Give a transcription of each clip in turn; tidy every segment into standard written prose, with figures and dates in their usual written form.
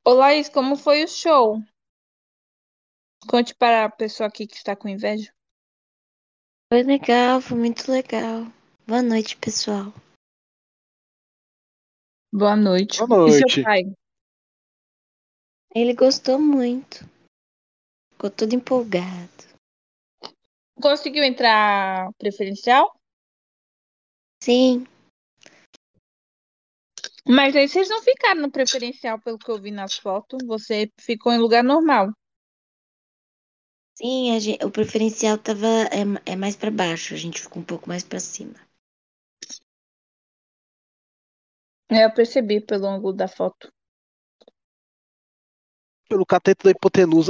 Ô, Laís, como foi o show? Conte para a pessoa aqui que está com inveja. Foi legal, foi muito legal. Boa noite, pessoal. Boa noite. Boa E seu noite. pai? Ele gostou muito. Ficou todo empolgado. Conseguiu entrar preferencial? Sim, Mas aí vocês não ficaram no preferencial, pelo que eu vi nas fotos. Você ficou em lugar normal. sim, o preferencial é mais pra baixo. A gente ficou um pouco mais pra cima. Eu percebi pelo ângulo da foto. Pelo cateto da hipotenusa.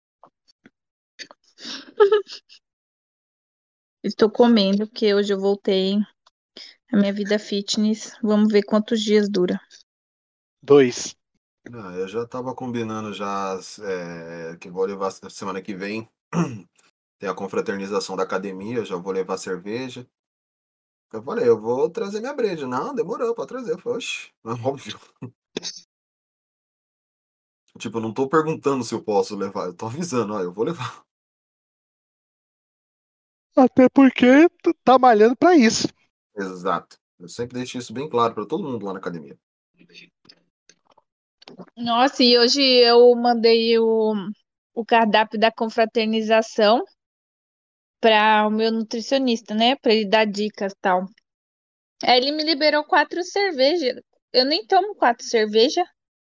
Estou comendo, porque hoje eu voltei à minha vida fitness. Vamos ver quantos dias dura. 2. Não, eu já tava combinando já que vou levar semana que vem. Tem a confraternização da academia, eu já vou levar cerveja. Eu falei, eu vou trazer minha breja. Não, demorou pra trazer. Eu falei, oxe, é óbvio. Tipo, eu não tô perguntando se eu posso levar, eu tô avisando, ó, eu vou levar. Até porque tu tá malhando pra isso. Exato. Eu sempre deixo isso bem claro pra todo mundo lá na academia. Nossa, e hoje eu mandei o cardápio da confraternização para o meu nutricionista, né? Para ele dar dicas e tal. Aí ele me liberou 4 cervejas. Eu nem tomo 4 cervejas.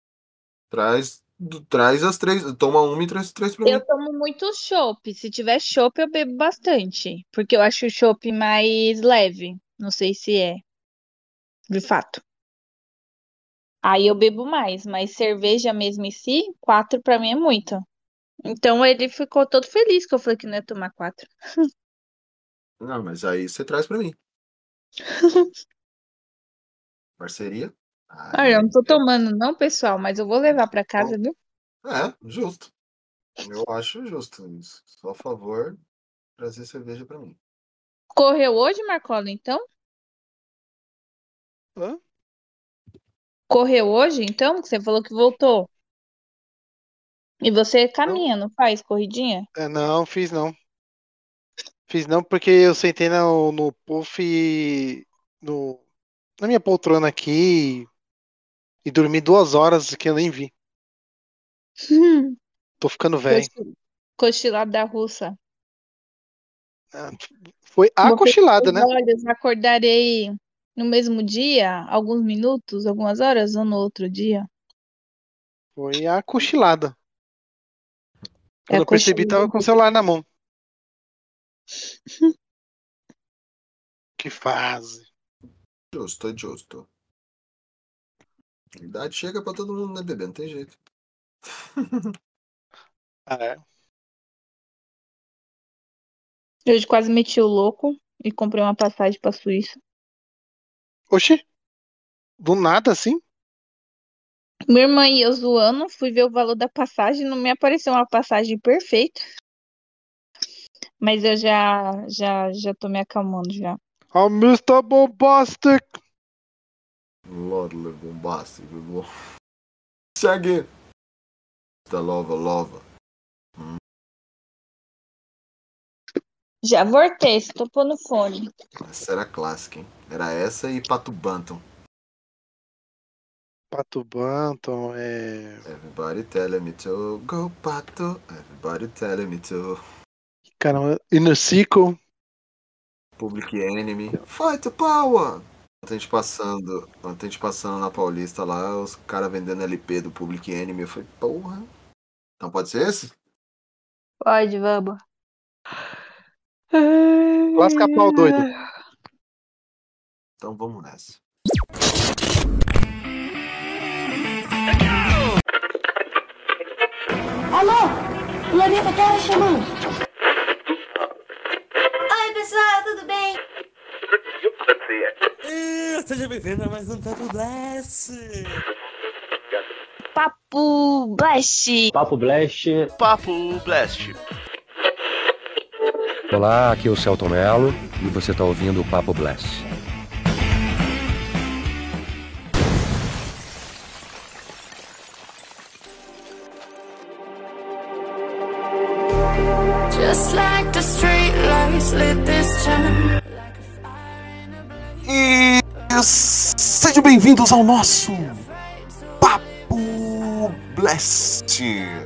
Traz as 3, toma uma e traz 3 pra mim. Eu tomo muito chopp. Se tiver chopp, eu bebo bastante. Porque eu acho o chopp mais leve. Não sei se é, de fato. Aí eu bebo mais, mas cerveja mesmo em si, 4 pra mim é muito. Então ele ficou todo feliz que eu falei que não ia tomar 4. Não, mas aí você traz pra mim. Parceria? Ah, eu Aí, não tô tomando não, pessoal, mas eu vou levar pra casa, então, viu? justo. Eu acho justo isso. Só a favor, trazer cerveja pra mim. Correu hoje, Marcola, então? Hã? Correu hoje, então? Que você falou que voltou. E você Não, caminha, não faz corridinha? não, fiz não. Fiz não porque eu sentei no puff na minha poltrona aqui e dormi 2 horas que eu nem vi. Tô ficando velho. Cochilada da russa. Ah, foi a Vou fechar cochilada, os né? olhos, acordarei no mesmo dia, alguns minutos, algumas horas, ou no outro dia. Foi a cochilada. É Quando a eu percebi, cochilada. tava com o celular na mão. Que fase. Justo, é justo. A idade chega pra todo mundo, né, bebê? Não tem jeito. Ah, é. Eu hoje quase meti o louco e comprei uma passagem pra Suíça. Oxi, do nada assim? Minha irmã e eu zoando, fui ver o valor da passagem, não me apareceu uma passagem perfeita, mas eu já tô me acalmando já. Ah, Mr. Bombastic. Lord bombástico, bom. Segue. Da lova. Já voltei, estou pondo fone. Essa era clássica, hein? Era essa e Pato Bantam. Pato Bantam, Everybody telling me to go, Pato. Everybody telling me to. caramba, Inner Circle. Public Enemy. Fight the power! Ontem a gente passando na Paulista lá, os caras vendendo LP do Public Enemy. Eu falei, porra. Então pode ser esse? Pode, vamos. Lasca pau doido. Então vamos nessa. Alô? O Lamenta tá chamando. Oi, pessoal, tudo bem? Seja bem-vindo a mais um Papo Blast. Papo Blast. Papo Blast. Papo Blast. Olá, aqui é o Celton Mello e você está ouvindo o Papo Blast. just like the street lights lit this town. E sejam bem-vindos ao nosso Papo Blast.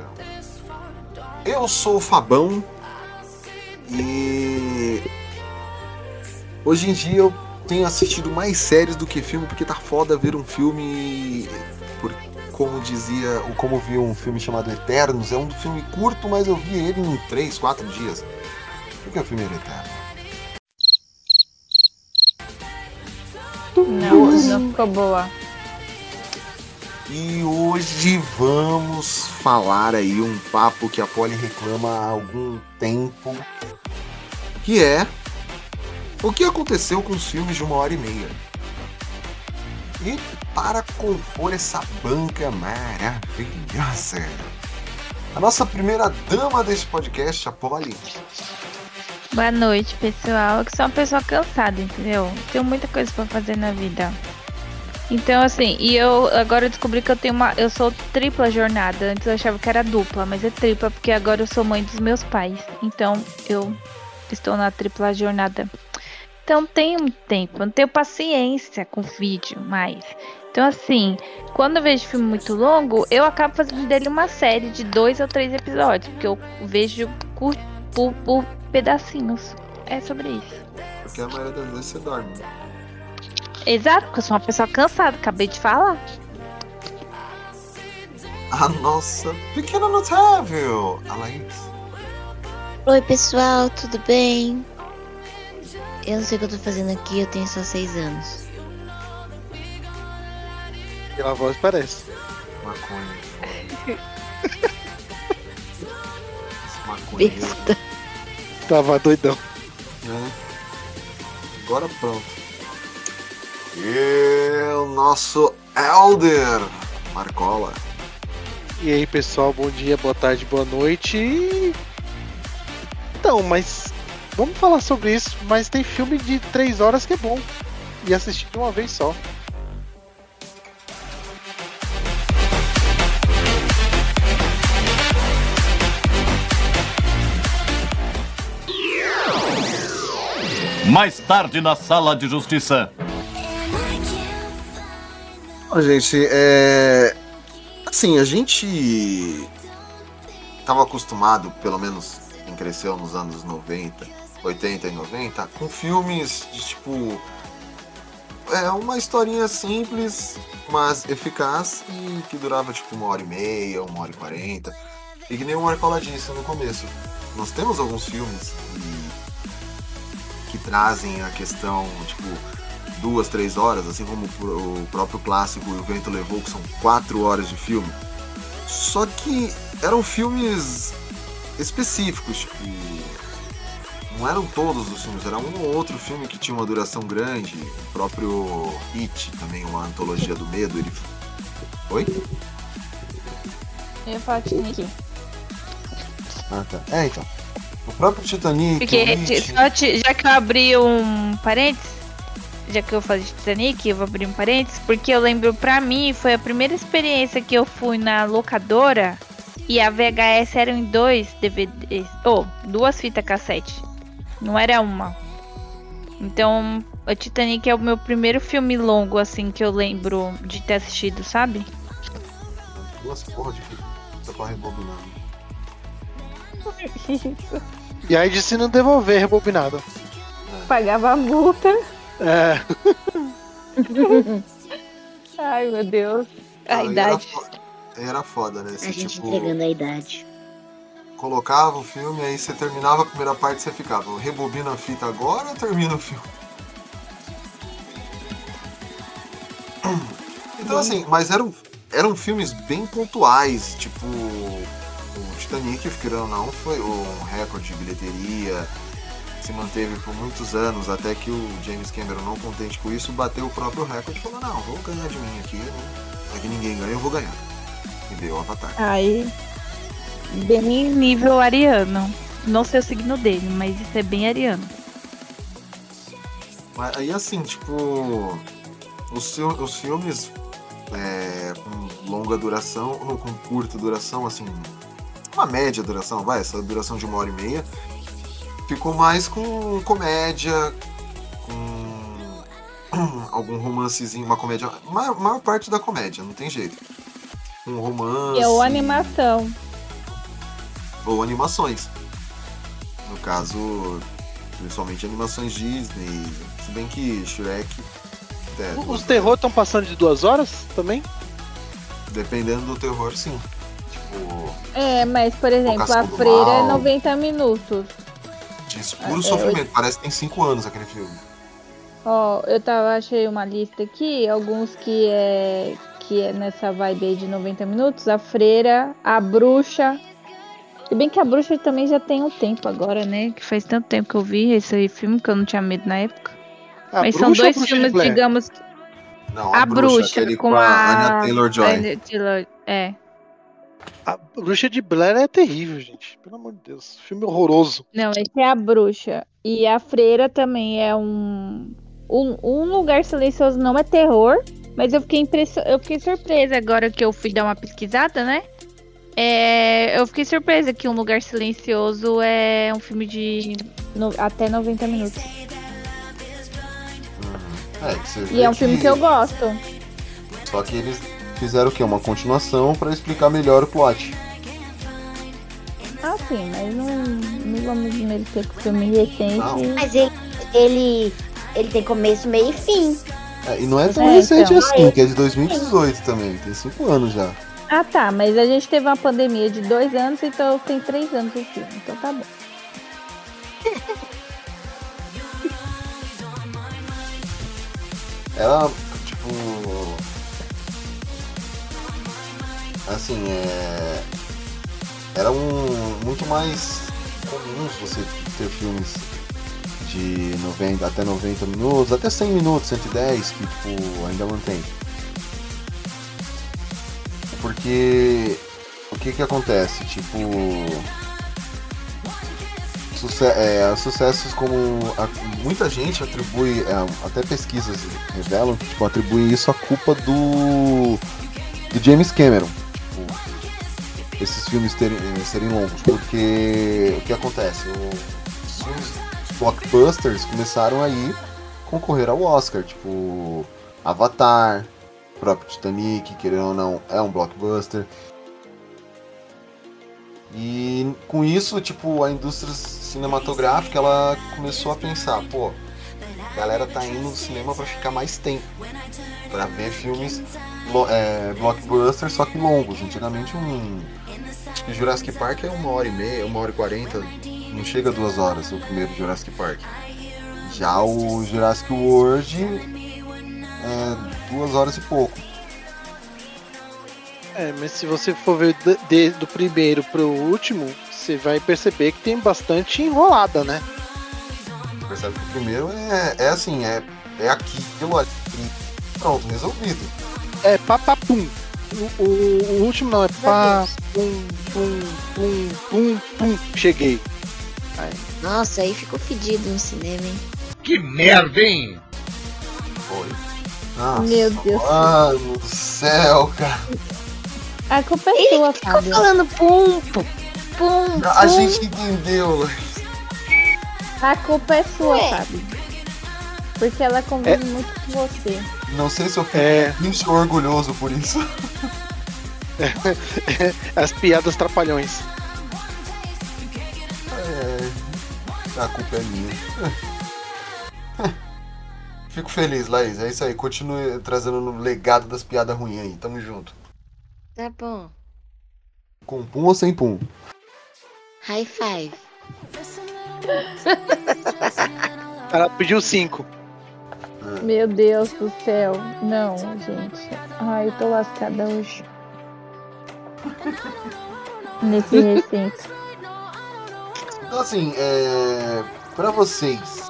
Eu sou o Fabão e hoje em dia eu tenho assistido mais séries do que filme, porque tá foda ver um filme, como vi um filme chamado Eternos. É um filme curto, mas eu vi ele em 3, 4 dias. Por que o filme era Eterno? Não ficou boa. E hoje vamos falar aí um papo que a Polly reclama há algum tempo, que é o que aconteceu com os filmes de 1h30. E para compor essa banca maravilhosa, a nossa primeira dama desse podcast, a Polly. Boa noite, pessoal. Eu que sou uma pessoa cansada, entendeu? Tenho muita coisa pra fazer na vida. Então, assim, e eu agora descobri que eu sou tripla jornada. Antes eu achava que era dupla, mas é tripla porque agora eu sou mãe dos meus pais. Então, eu estou na tripla jornada. Então, não tenho tempo, não tenho paciência com vídeo mais. Então, assim, quando eu vejo filme muito longo, eu acabo fazendo dele uma série de 2 ou 3 episódios, porque eu vejo por pedacinhos. É sobre isso. Porque a maioria das vezes você dorme. Exato, porque eu sou uma pessoa cansada, acabei de falar. A nossa pequena notável, a Laís. Oi, pessoal, tudo bem? Eu não sei o que eu tô fazendo aqui, eu tenho só 6 anos. Pela voz parece. Maconha. Esse maconha. Besta. Tava doidão. Né? Agora pronto. E o nosso Elder Marcola. E aí, pessoal, bom dia, boa tarde, boa noite. Então, mas vamos falar sobre isso. Mas tem filme de 3 horas que é bom. E assistir de uma vez só. Mais tarde na Sala de Justiça. Gente, assim, a gente tava acostumado, pelo menos quem cresceu nos anos 90, 80 e 90, com filmes de tipo... uma historinha simples, mas eficaz e que durava tipo 1h30, 1h40. E que nem o Marcola disse no começo, nós temos alguns filmes que trazem a questão, tipo, 2, 3 horas, assim como o próprio clássico O Vento Levou, que são 4 horas de filme. Só que eram filmes específicos, tipo, não eram todos os filmes, era um ou outro filme que tinha uma duração grande. O próprio It, também uma antologia do medo, ele... Oi? Eu ia falar Titanic. Ah, tá. Então. O próprio Titanic... Porque, já que eu abri um parênteses, já que eu falei de Titanic, eu vou abrir um parênteses, porque eu lembro, pra mim, foi a primeira experiência que eu fui na locadora e a VHS era em 2 DVDs, 2 fitas cassete, não era uma. Então, o Titanic é o meu primeiro filme longo, assim, que eu lembro de ter assistido, sabe? 2 porra de fita, só pra rebobinar. E aí de se não devolver rebobinado. Pagava a multa. É. Ai, meu Deus. A idade. Era foda, né? Você, A gente tipo, entregando a idade. colocava o filme, aí você terminava a primeira parte e você ficava, rebobina a fita agora ou termina o filme? Então assim, mas eram filmes bem pontuais, tipo o Titanic, querendo ou não, foi um recorde de bilheteria, se manteve por muitos anos, até que o James Cameron, não contente com isso, bateu o próprio recorde e falou, não, vou ganhar de mim aqui, é que ninguém ganha, eu vou ganhar. E deu o Avatar. Aí, bem nível ariano. Não sei o signo dele, mas isso é bem ariano. Mas aí assim, tipo, os filmes com longa duração, ou com curta duração, assim, uma média duração, essa duração de 1h30, Ficou mais com comédia, com algum romancezinho, uma comédia. Maior parte da comédia, não tem jeito. Um romance. Ou animação. Ou animações. No caso, principalmente animações Disney. Se bem que Shrek. Os terror estão passando de 2 horas também? Dependendo do terror, sim. Tipo. Mas por exemplo, a Freira é 90 minutos. De puro sofrimento. Parece que tem 5 anos aquele filme. Ó, achei uma lista aqui, alguns que é nessa vibe aí de 90 minutos. A Freira, a Bruxa. Se bem que a Bruxa também já tem um tempo agora, né? Que faz tanto tempo que eu vi esse filme que eu não tinha medo na época. Mas são 2 filmes, digamos. Não, a Bruxa com a Anya Taylor-Joy. A Bruxa de Blair é terrível, gente. Pelo amor de Deus. Filme horroroso. Não, esse é a Bruxa. E a Freira também é um Lugar Silencioso, não é terror. Mas eu fiquei surpresa agora que eu fui dar uma pesquisada, né? Eu fiquei surpresa que Um Lugar Silencioso é um filme de até 90 minutos. E é um filme que eu gosto. Só que eles fizeram o quê? Uma continuação pra explicar melhor o plot. Ah, sim, mas não vamos merecer com o filme recente. Não. Mas ele tem começo, meio e fim. E não é tão recente então, assim, que é de 2018 também. Tem 5 anos já. Ah, tá, mas a gente teve uma pandemia de 2 anos, então tem 3 anos o filme. Então tá bom. Ela, tipo. Assim, era muito mais comum você ter filmes de 90 até 90 minutos, até 100 minutos, 110, que tipo, ainda mantém. Porque o que acontece? Tipo. Sucessos como muita gente atribui, até pesquisas revelam que tipo, atribuem isso à culpa do James Cameron, tipo, esses filmes serem longos, porque o que acontece, os filmes blockbusters começaram a concorrer ao Oscar, tipo Avatar, o próprio Titanic, querendo ou não, é um blockbuster. E com isso, tipo, a indústria cinematográfica, ela começou a pensar, pô, a galera tá indo no cinema pra ficar mais tempo, pra ver filmes blockbusters, só que longos. Antigamente acho que Jurassic Park é 1h30, 1h40, não chega a 2 horas o primeiro Jurassic Park. Já o Jurassic World é 2 horas e pouco. Mas se você for ver do primeiro pro último, você vai perceber que tem bastante enrolada, né? Percebe que o primeiro é assim, é aquilo ali, pronto, resolvido. É papapum. O último não, é pá, pum, cheguei. Aí. Nossa, aí ficou fedido no cinema, hein? Que merda, hein? Foi. Nossa, meu Deus. Mano do céu, cara. A culpa é sua, Fábio. Ficou falando pum. A gente entendeu. A culpa é sua, Fábio. Porque ela convive muito com você. Não sei se eu fico orgulhoso por isso. As piadas trapalhões. A culpa é minha. Fico feliz, Laís. É isso aí. Continue trazendo no legado das piadas ruins aí. Tamo junto. Tá bom. Com pum ou sem pum? High five. Ela pediu 5. Meu Deus do céu. Não, gente. Ai, eu tô lascada hoje. Nesse recinto. Então assim, pra vocês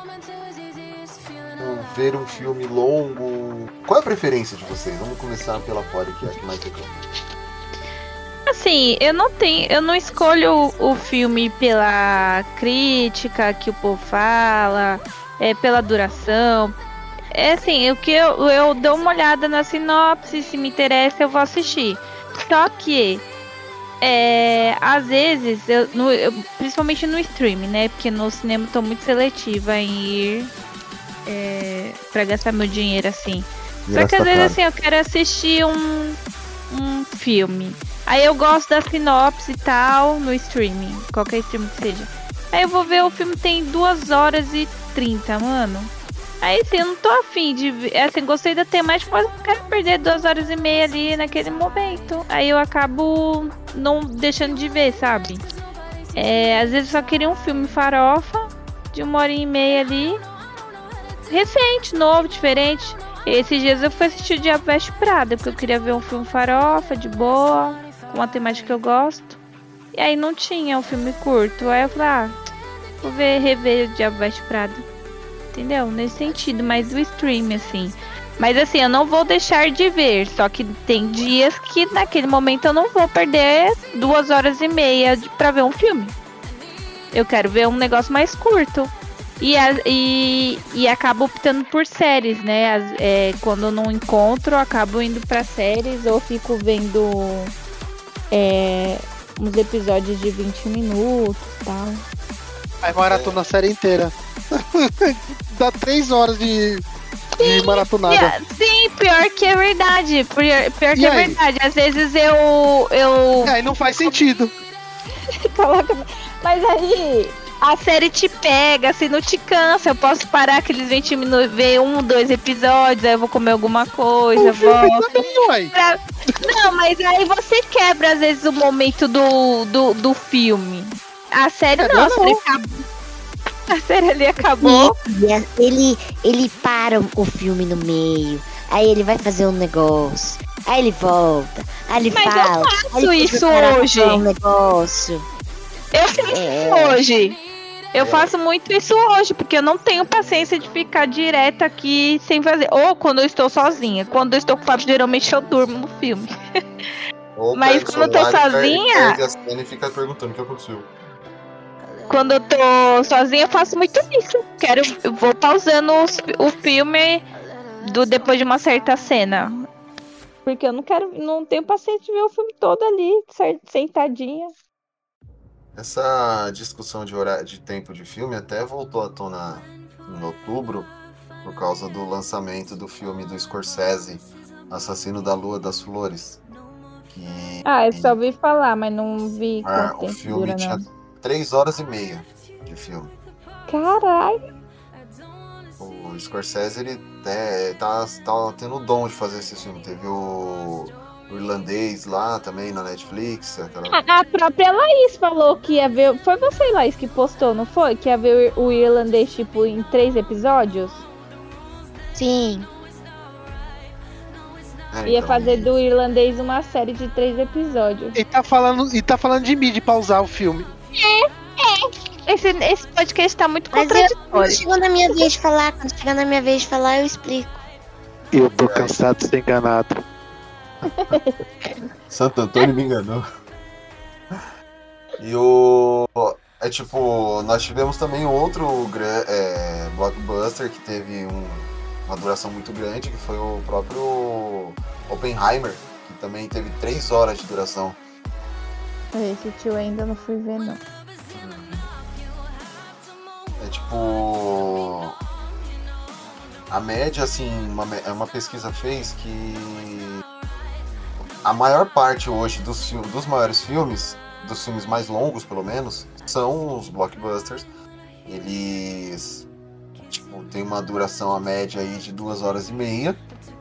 ver um filme longo, qual é a preferência de vocês? Vamos começar pela Polly, que acho que mais reclama. Assim, eu não escolho o filme pela crítica que o povo fala, pela duração. É assim, o que eu dou uma olhada na sinopse, se me interessa eu vou assistir. Só que às vezes, principalmente no streaming, né? Porque no cinema eu tô muito seletiva em ir pra gastar meu dinheiro assim. Só que às vezes assim, eu quero assistir um filme. Aí eu gosto da sinopse e tal no streaming, qualquer streaming que seja. Aí eu vou ver o filme, tem 2h30, mano. Aí assim, eu não tô afim de ver. Assim, gostei da temática, mas não quero perder 2h30 ali naquele momento. Aí eu acabo não deixando de ver, sabe? Às vezes eu só queria um filme farofa de 1h30 ali. Recente, novo, diferente. Esses dias eu fui assistir o Diabo Veste Prada, porque eu queria ver um filme farofa, de boa, com uma temática que eu gosto. E aí não tinha um filme curto. Aí eu falei, vou rever o Diabo Veste Prada. Entendeu? Nesse sentido, mas do stream, assim. Mas assim, eu não vou deixar de ver. Só que tem dias que naquele momento eu não vou perder 2h30 pra ver um filme. Eu quero ver um negócio mais curto. E acabo optando por séries, né? Quando eu não encontro, eu acabo indo pra séries ou fico vendo uns episódios de 20 minutos e tal. Aí maratona a série inteira. Dá 3 horas de maratonada. Sim, pior que é verdade. Pior que é verdade. Às vezes eu... Aí não faz sentido. Coloca... Mas aí a série te pega, assim, não te cansa. Eu posso parar aqueles 20 minutos, ver 2 episódios, aí eu vou comer alguma coisa, volto. Não, mas aí você quebra às vezes o momento do filme. A série não, a série ali acabou. Ele para o filme no meio. Aí ele vai fazer um negócio. Aí ele volta. Aí ele fala. Mas eu faço isso hoje. Eu faço isso hoje. Eu faço muito isso hoje, porque eu não tenho paciência de ficar direto aqui sem fazer. Ou quando eu estou sozinha. Quando eu estou com o Fábio, geralmente eu durmo no filme. Mas quando eu tô sozinha. E fica perguntando o que aconteceu. Quando eu tô sozinha, eu faço muito isso. Eu vou pausando o filme depois de uma certa cena. Porque eu não tenho paciência de ver o filme todo ali, sentadinha. Essa discussão de tempo de filme até voltou à tona em outubro, por causa do lançamento do filme do Scorsese, Assassino da Lua das Flores. Eu só ouvi falar, mas não vi quanto tempo o filme dura, tinha não. 3h30 de filme. Caralho! O Scorsese, ele tá tendo o dom de fazer esse filme. Teve o Irlandês lá também na Netflix. A própria Laís falou que ia ver. Foi você, Laís, que postou, não foi? Que ia ver o Irlandês, tipo, em 3 episódios? Sim. Ia fazer do Irlandês uma série de 3 episódios. E tá falando de mim, de pausar o filme. Esse podcast tá muito contraditório. Quando chegar na minha vez de falar, eu explico. Eu tô cansado de ser enganado. Santo Antônio me enganou. E nós tivemos também outro blockbuster que teve uma duração muito grande, que foi o próprio Oppenheimer, que também teve 3 horas de duração. Esse tio ainda não fui ver, não. A média, assim, uma pesquisa fez que a maior parte hoje dos maiores filmes, dos filmes mais longos pelo menos, são os blockbusters. Eles tem uma duração a média aí de 2h30.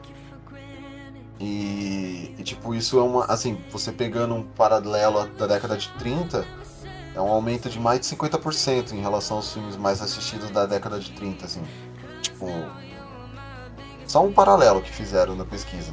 E isso é assim, você pegando um paralelo da década de 30, é um aumento de mais de 50% em relação aos filmes mais assistidos da década de 30, assim. Só um paralelo que fizeram na pesquisa.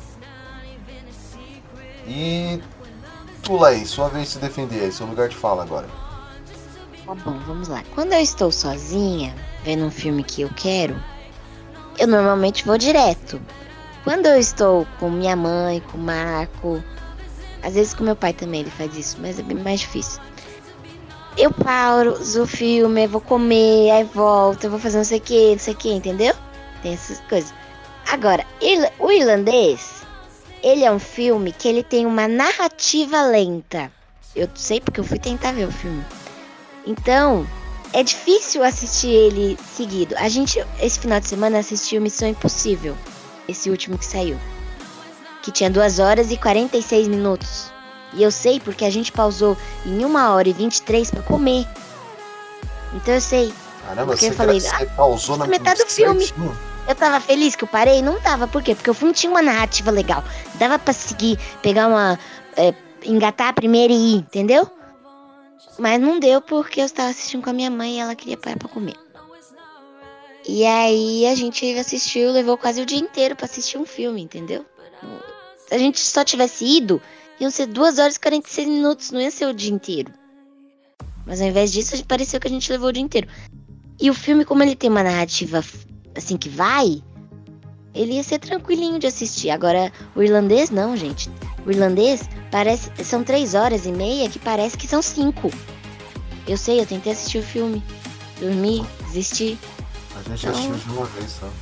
E tu, Laís, sua vez de se defender aí, seu lugar de fala agora. Tá bom, vamos lá. Quando eu estou sozinha, vendo um filme que eu quero, eu normalmente vou direto. Quando eu estou com minha mãe, com o Marco, às vezes com meu pai também ele faz isso, mas é bem mais difícil. Eu pauso o filme, eu vou comer, aí volto, eu vou fazer não sei o que, entendeu? Tem essas coisas. Agora, o Irlandês, ele é um filme que ele tem uma narrativa lenta. Eu sei porque eu fui tentar ver o filme. Então, é difícil assistir ele seguido. A gente, esse final de semana, assistiu Missão Impossível. Esse último que saiu. Que tinha 2 horas e 46 minutos. E eu sei porque a gente pausou em 1 hora e 23 pra comer. Então eu sei. Caramba, porque eu falei, você pausou na metade do filme. Eu tava feliz que eu parei? Não tava. Por quê? Porque o filme tinha uma narrativa legal. Dava pra seguir, pegar uma... engatar a primeira e ir, entendeu? Mas não deu porque eu estava assistindo com a minha mãe e ela queria parar pra comer. E aí a gente assistiu, levou quase o dia inteiro pra assistir um filme, entendeu? Se a gente só tivesse ido, iam ser 2 horas e 46 minutos, não ia ser o dia inteiro. Mas ao invés disso, pareceu que a gente levou o dia inteiro. E o filme, como ele tem uma narrativa assim que vai, ele ia ser tranquilinho de assistir. Agora, o irlandês não, gente. O irlandês são 3 horas e meia que parece que são 5. Eu sei, eu tentei assistir o filme. Dormi, desisti. A gente assistiu de uma vez só.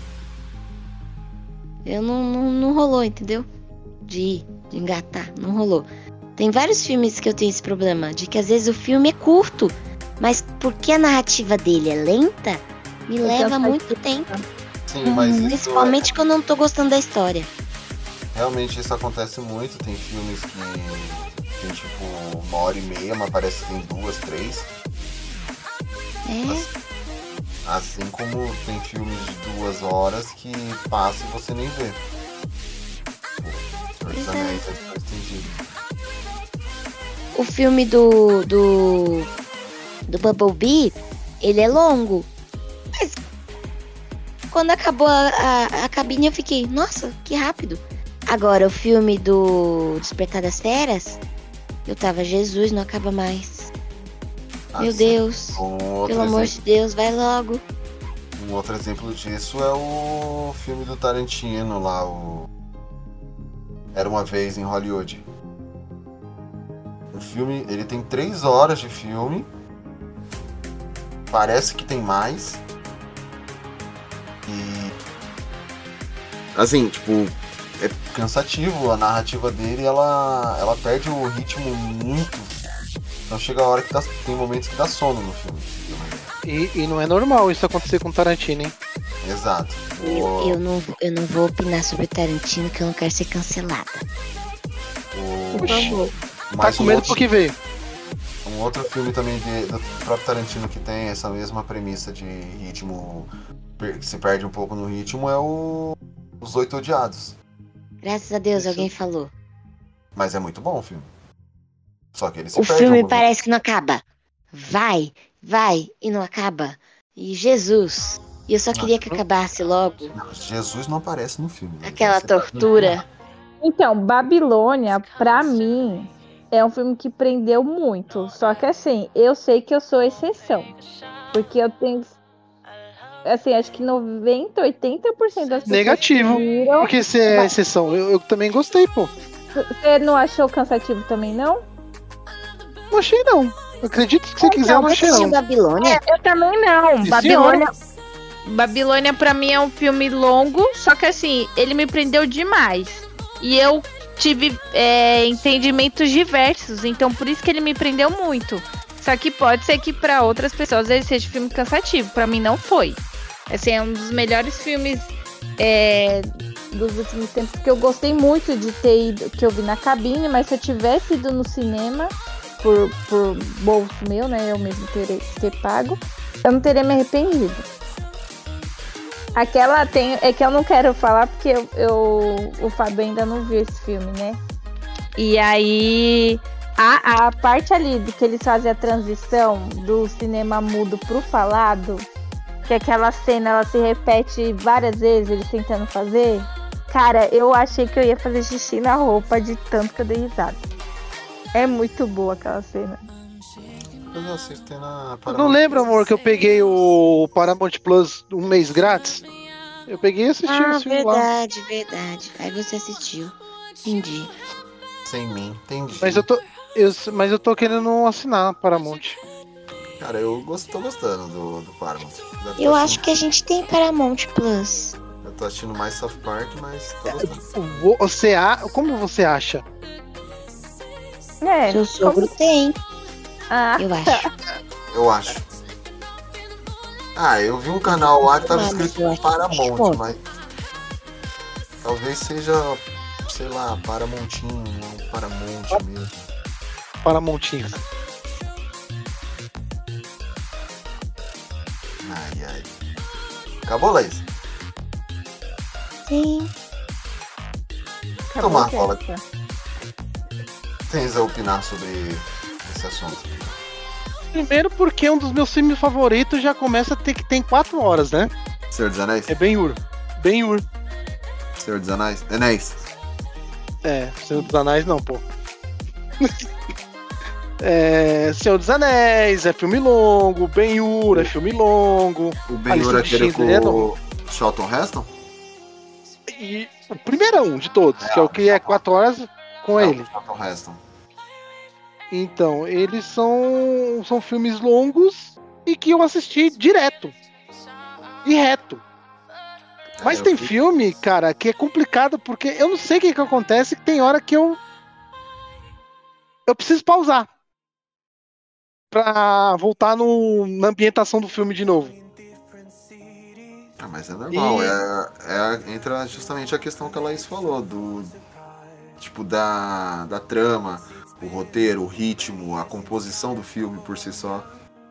Eu não rolou, entendeu? De engatar, não rolou. Tem vários filmes que eu tenho esse problema, de que às vezes o filme é curto, mas porque a narrativa dele é lenta, me leva muito tempo. Sim, mas principalmente quando eu não tô gostando da história. Realmente isso acontece muito, tem filmes que tem tipo 1 hora e meia, mas parece que tem 2, 3. Assim como tem filmes de 2 horas que passa e você nem vê. Senhor dos Anéis é estendido. O filme do Bumblebee, ele é longo. Mas quando acabou a cabine eu fiquei, nossa, que rápido. Agora, o filme do Despertar das Feras, eu tava, Jesus, não acaba mais. Meu Deus, pelo amor de Deus, vai logo. Um outro exemplo disso é o filme do Tarantino lá, Era Uma Vez em Hollywood. O filme, ele tem 3 horas de filme. Parece que tem mais. E... assim, tipo... é cansativo, a narrativa dele, ela perde o ritmo muito. Então chega a hora que tem momentos que dá sono no filme. E não é normal isso acontecer com Tarantino, hein? Exato. Eu não vou opinar sobre Tarantino, que eu não quero ser cancelada. Por favor. Tá com medo porque veio. Um outro filme também do próprio Tarantino que tem essa mesma premissa de ritmo, que se perde um pouco no ritmo, é Os 8 Odiados. Graças a Deus, alguém falou. Mas é muito bom o filme. Só que ele se o perde. O filme parece que não acaba. Vai e não acaba. E Jesus. E eu só queria que acabasse logo. Não, Jesus não aparece no filme. Né? Aquela tortura. Então, Babilônia, pra mim, é um filme que prendeu muito. Só que assim, eu sei que eu sou exceção. Porque eu tenho... assim, acho que 90, 80% das pessoas negativo, viram, porque você é exceção. Eu também gostei, pô. Você não achou cansativo também, não? Não achei, não. Eu acredito que você quiser, eu não achei, não. Babilônia? Eu também não. Babilônia pra mim é um filme longo, só que assim, ele me prendeu demais. E eu tive entendimentos diversos, então por isso que ele me prendeu muito. Só que pode ser que pra outras pessoas ele seja um filme cansativo. Pra mim não foi. Assim, é um dos melhores filmes dos últimos tempos, que eu gostei muito de ter ido, que eu vi na cabine, mas se eu tivesse ido no cinema, por bolso meu, né, eu mesmo ter pago, eu não teria me arrependido. Aquela é que eu não quero falar porque o Fábio ainda não viu esse filme, né? E aí a parte ali de que eles fazem a transição do cinema mudo pro falado, que aquela cena ela se repete várias vezes, eles tentando fazer. Cara, eu achei que eu ia fazer xixi na roupa de tanto que eu dei risada. É muito boa aquela cena. Eu assisti na Paramount. Não lembro, amor, que eu peguei o Paramount Plus um mês grátis? Eu peguei e assisti esse filme lá. Verdade. Aí você assistiu. Entendi. Sem mim, entendi. Mas eu tô querendo assinar Paramount. Cara, eu tô gostando do Paramount. Eu acho que a gente tem Paramount Plus. Eu tô assistindo mais South Park, mas tô gostando. Como você acha? É, Seu sogro tem, Ah, eu acho. Eu acho. Ah, eu vi um canal lá que tava Mas eu escrito acho que Paramount, pode. mas talvez seja, sei lá, Paramontinho, ou Paramount mesmo. Paramontinho. Ai, ai. Acabou, Laís? Sim. Então, Marcola, tens a opinar sobre esse assunto? Primeiro porque um dos meus filmes favoritos já começa a ter que tem 4 horas, né? Senhor dos Anéis? É Ben-Hur. Ben-Hur. Senhor dos Anéis? Anéis. Senhor dos Anéis não, pô. Senhor dos Anéis é filme longo, Ben-Hur é filme longo. O Ben-Hur é aquele com o Charlton Heston? E o primeirão de todos, que é o que é 4 horas com ele. O Charlton Heston. Então, eles são filmes longos e que eu assisti direto. E reto. Mas tem filme, cara, que é complicado porque eu não sei o que acontece, que tem hora que eu preciso pausar pra voltar na ambientação do filme de novo. Ah, mas é normal, entra justamente a questão que a Laís falou, do tipo da trama, o roteiro, o ritmo, a composição do filme por si só.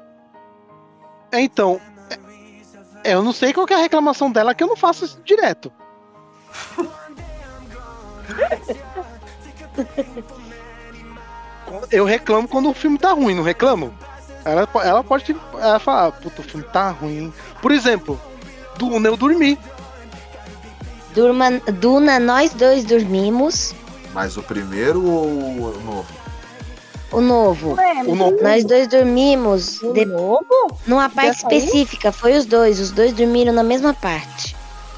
Então, eu não sei qual que é a reclamação dela, que eu não faço isso direto. Eu reclamo quando o filme tá ruim, não reclamo? Ela pode falar, puta, o filme tá ruim. Por exemplo, Duna eu dormi. Duna, nós dois dormimos. Mas o primeiro ou o novo? O novo. O novo. Nós dois dormimos. novo? Numa parte específica, foi os dois dormiram na mesma parte.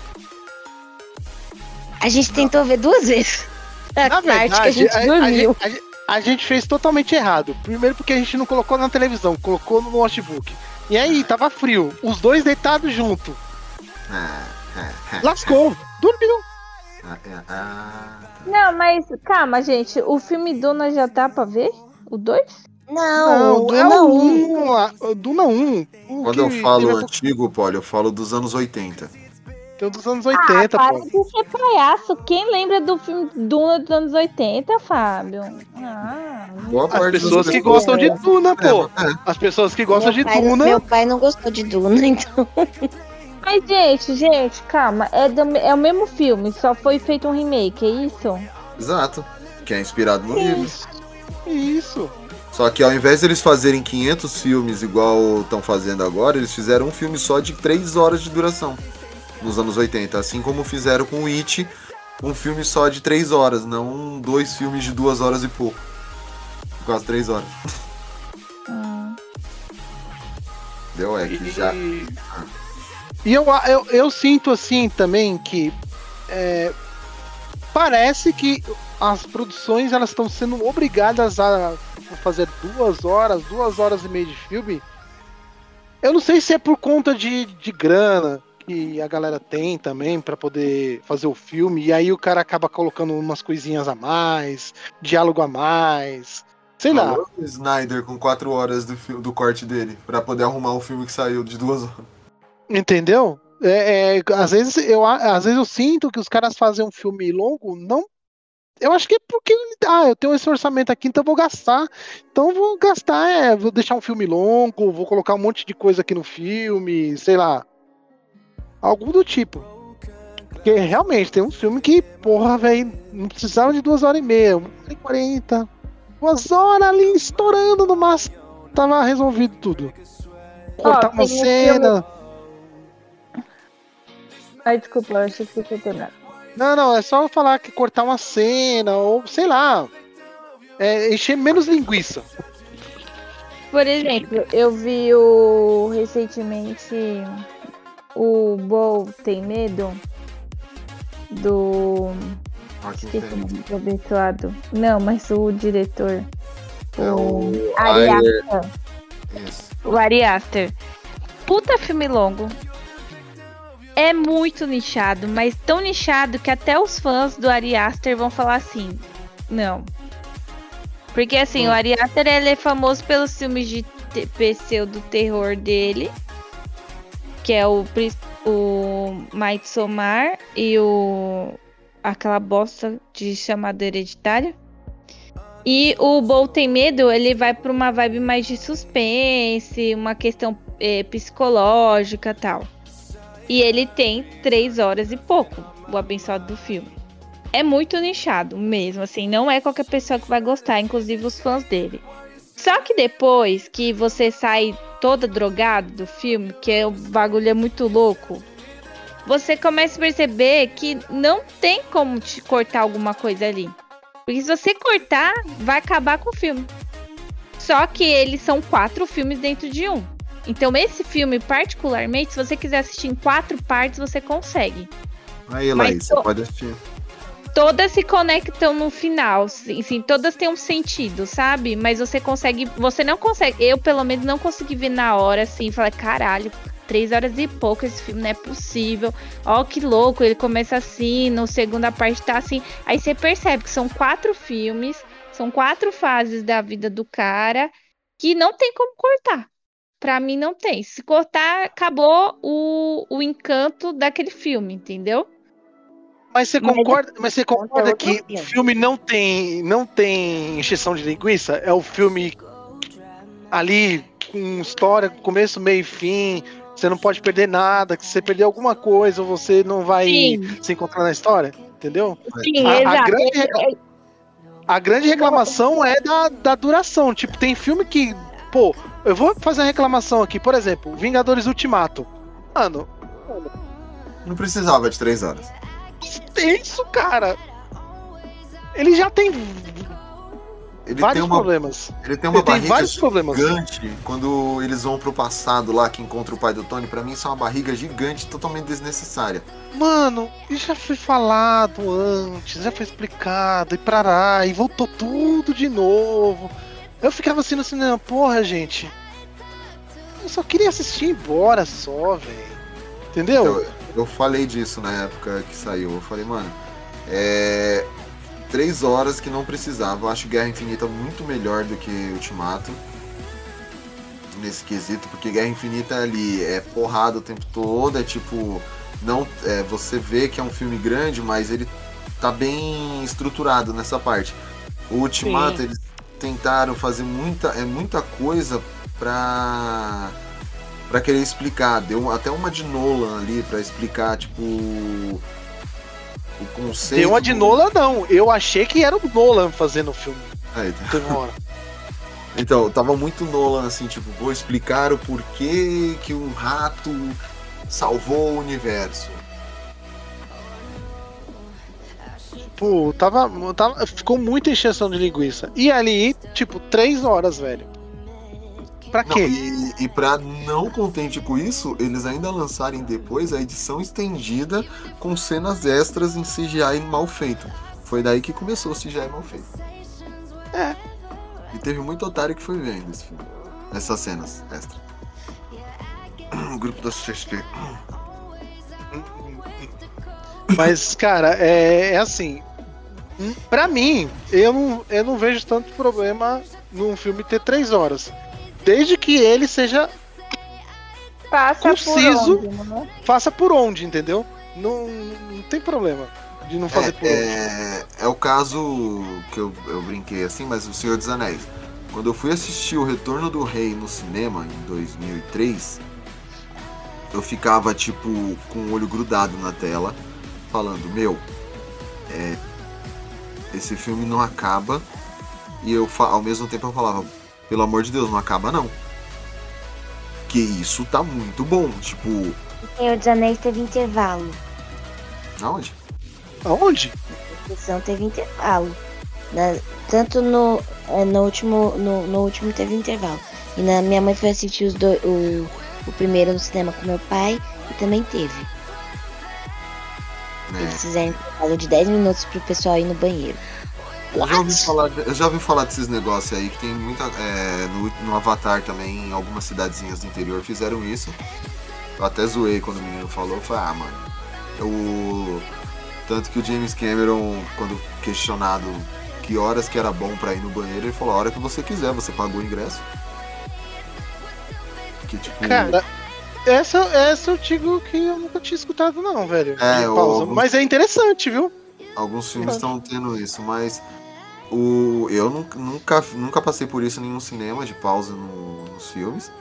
A gente tentou ver 2 vezes. Na verdade, que a gente dormiu. A gente fez totalmente errado. Primeiro porque a gente não colocou na televisão, colocou no notebook. E aí, tava frio. Os dois deitados junto. Lascou. Dormiu. Não, mas calma, gente. O filme Duna já tá pra ver? O 2? Não, o é Duna o 1. O Duna 1. Quando eu falo antigo, Paulo, eu falo dos anos 80. Tem dos anos 80, para pô. de ser palhaço. Quem lembra do filme Duna dos anos 80, Fábio? As pessoas que gostam de Duna, pô. As pessoas que gostam de Duna. Meu pai não gostou de Duna, então. Mas, gente, calma. É o mesmo filme, só foi feito um remake, é isso? Exato. Que é inspirado no livro. Isso. Só que ao invés de eles fazerem 500 filmes igual estão fazendo agora, eles fizeram um filme só de 3 horas de duração. Nos anos 80. Assim como fizeram com o It, um filme só de 3 horas, não 2 filmes de 2 horas e pouco. Quase 3 horas. Deu que já... E eu sinto assim também que parece que as produções elas estão sendo obrigadas a fazer 2 horas e meia de filme. Eu não sei se é por conta de grana que a galera tem também pra poder fazer o filme, e aí o cara acaba colocando umas coisinhas a mais, diálogo a mais, sei lá. O Snyder com 4 horas do corte dele, pra poder arrumar um filme que saiu de 2 horas. Entendeu? Às vezes eu sinto que os caras fazem um filme longo, não. Eu acho que é porque eu tenho esse orçamento aqui, então eu vou gastar. Então eu vou gastar, vou deixar um filme longo, vou colocar um monte de coisa aqui no filme, sei lá. Algo do tipo. Porque realmente tem um filme que, porra, velho, não precisava de 2 horas e meia, 1h40. 2 horas ali estourando no máximo. Tava resolvido tudo. Cortar uma cena. Ai, desculpa, eu achei que você ia terminar. Não, é só falar que cortar uma cena, ou sei lá. Encher menos linguiça. Por exemplo, eu vi recentemente o Bo Tem Medo do. Esqueci o nome do abençoado. Não, mas o diretor. O Ari Aster. O Ari Aster. Puta filme longo. É muito nichado, mas tão nichado que até os fãs do Ari Aster vão falar assim: não. Porque assim, o Ari Aster, ele é famoso pelos filmes de pseudo-terror dele, que é o Midsommar e aquela bosta de chamada Hereditária. E o Bo Tem Medo, ele vai pra uma vibe mais de suspense, uma questão psicológica e tal. E ele tem 3 horas e pouco, o abençoado do filme. É muito nichado mesmo, assim, não é qualquer pessoa que vai gostar, inclusive os fãs dele. Só que depois que você sai toda drogado do filme, que o bagulho é muito louco, você começa a perceber que não tem como te cortar alguma coisa ali. Porque se você cortar, vai acabar com o filme. Só que eles são 4 filmes dentro de um. Então esse filme, particularmente, se você quiser assistir em 4 partes, você consegue. Aí, Laís, você pode assistir. Todas se conectam no final, assim, todas têm um sentido, sabe? Mas você não consegue, eu pelo menos não consegui ver na hora, assim, falar, caralho, 3 horas e pouco esse filme, não é possível, ó que louco, ele começa assim, na segunda parte tá assim, aí você percebe que são 4 filmes, são 4 fases da vida do cara, que não tem como cortar. Pra mim não tem, se cortar, acabou o encanto daquele filme, entendeu? Mas você concorda que o filme não tem encheção de linguiça? É o filme ali com história, começo, meio e fim. Você não pode perder nada. Que se você perder alguma coisa, você não vai se encontrar na história. Entendeu? Sim, exato. A grande reclamação é da duração. Tipo, tem filme que... Pô, eu vou fazer uma reclamação aqui. Por exemplo, Vingadores Ultimato. Mano... Não precisava de 3 horas. Isso, cara. Ele já tem vários problemas. Ele tem uma barriga vários problemas gigante. Quando eles vão pro passado lá, que encontra o pai do Tony, pra mim isso é uma barriga gigante, totalmente desnecessária. Mano, isso já foi falado antes, já foi explicado, e voltou tudo de novo. Eu ficava assim no cinema, porra, gente. Eu só queria assistir e ir embora só, velho. Entendeu? Eu falei disso na época que saiu. Eu falei, mano, 3 horas que não precisava. Eu acho Guerra Infinita muito melhor do que Ultimato nesse quesito, porque Guerra Infinita ali é porrada o tempo todo, é tipo, não, você vê que é um filme grande, mas ele tá bem estruturado nessa parte. O Ultimato, eles tentaram fazer muita coisa pra querer explicar. Deu até uma de Nolan ali pra explicar, tipo, o conceito. Deu uma de Nolan, não. Eu achei que era o Nolan fazendo o filme. Então, tava muito Nolan, assim, tipo, vou explicar o porquê que um rato salvou o universo. Pô, ficou muita encheção de linguiça. E ali, tipo, 3 horas, velho. Pra quê? E pra não contente com isso, eles ainda lançarem depois a edição estendida com cenas extras em CGI mal feito. Foi daí que começou o CGI mal feito. E teve muito otário que foi vendo esse filme. Essas cenas extras. O grupo da CXP. Mas, cara, é assim. Pra mim, eu não vejo tanto problema num filme ter 3 horas. Desde que ele seja conciso, faça por onde, entendeu? Não tem problema de não fazer por onde. É o caso que eu brinquei assim, mas o Senhor dos Anéis. Quando eu fui assistir O Retorno do Rei no cinema, em 2003, eu ficava, tipo, com o olho grudado na tela, falando, esse filme não acaba, e ao mesmo tempo eu falava, pelo amor de Deus, não acaba não. Que isso tá muito bom, tipo... O Senhor dos Anéis teve intervalo. Aonde? A sessão teve intervalo. Tanto no último teve intervalo. E minha mãe foi assistir o primeiro no cinema com meu pai e também teve. Eles fizeram intervalo de 10 minutos pro pessoal ir no banheiro. Eu já ouvi falar desses negócios aí, que tem muita... no Avatar também, em algumas cidadezinhas do interior fizeram isso. Eu até zoei quando o menino falou, eu falei, mano... Tanto que o James Cameron, quando questionado que horas que era bom pra ir no banheiro, ele falou, a hora que você quiser, você pagou o ingresso. Que tipo... Cara, essa eu digo que eu nunca tinha escutado não, velho. É, Pausa. Mas é interessante, viu? Alguns filmes estão tendo isso, mas eu nunca passei por isso em nenhum cinema, de pausa nos filmes.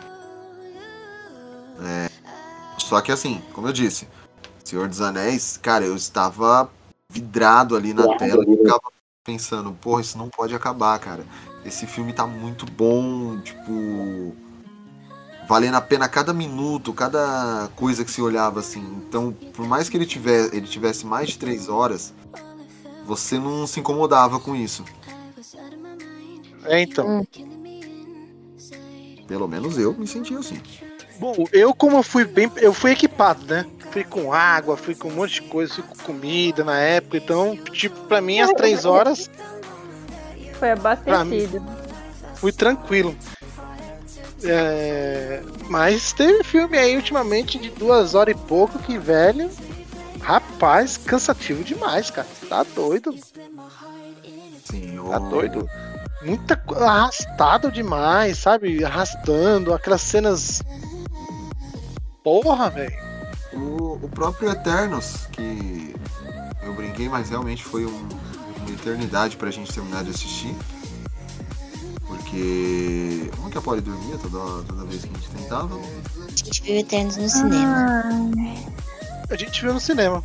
Só que assim, como eu disse, Senhor dos Anéis, cara, eu estava vidrado ali na tela e ficava pensando, porra, isso não pode acabar, cara. Esse filme tá muito bom, tipo, valendo a pena cada minuto, cada coisa que se olhava assim. Então, por mais que ele tivesse mais de 3 horas, você não se incomodava com isso. Então. Pelo menos eu me sentia assim. Bom, eu fui equipado, né? Fui com água, fui com um monte de coisa, fui com comida na época, então, tipo, pra mim as 3 horas foi abastecido. Fui tranquilo. Mas teve filme aí ultimamente de 2 horas e pouco que, velho, rapaz, cansativo demais, cara. Tá doido. Sim, tá doido. Arrastado demais, sabe? Arrastando, aquelas cenas. Porra, velho. O próprio Eternos, que eu brinquei, mas realmente foi uma eternidade pra gente terminar de assistir. Porque. Como que a Polly dormia toda vez que a gente tentava? A gente viu Eternos no cinema. A gente viu no cinema.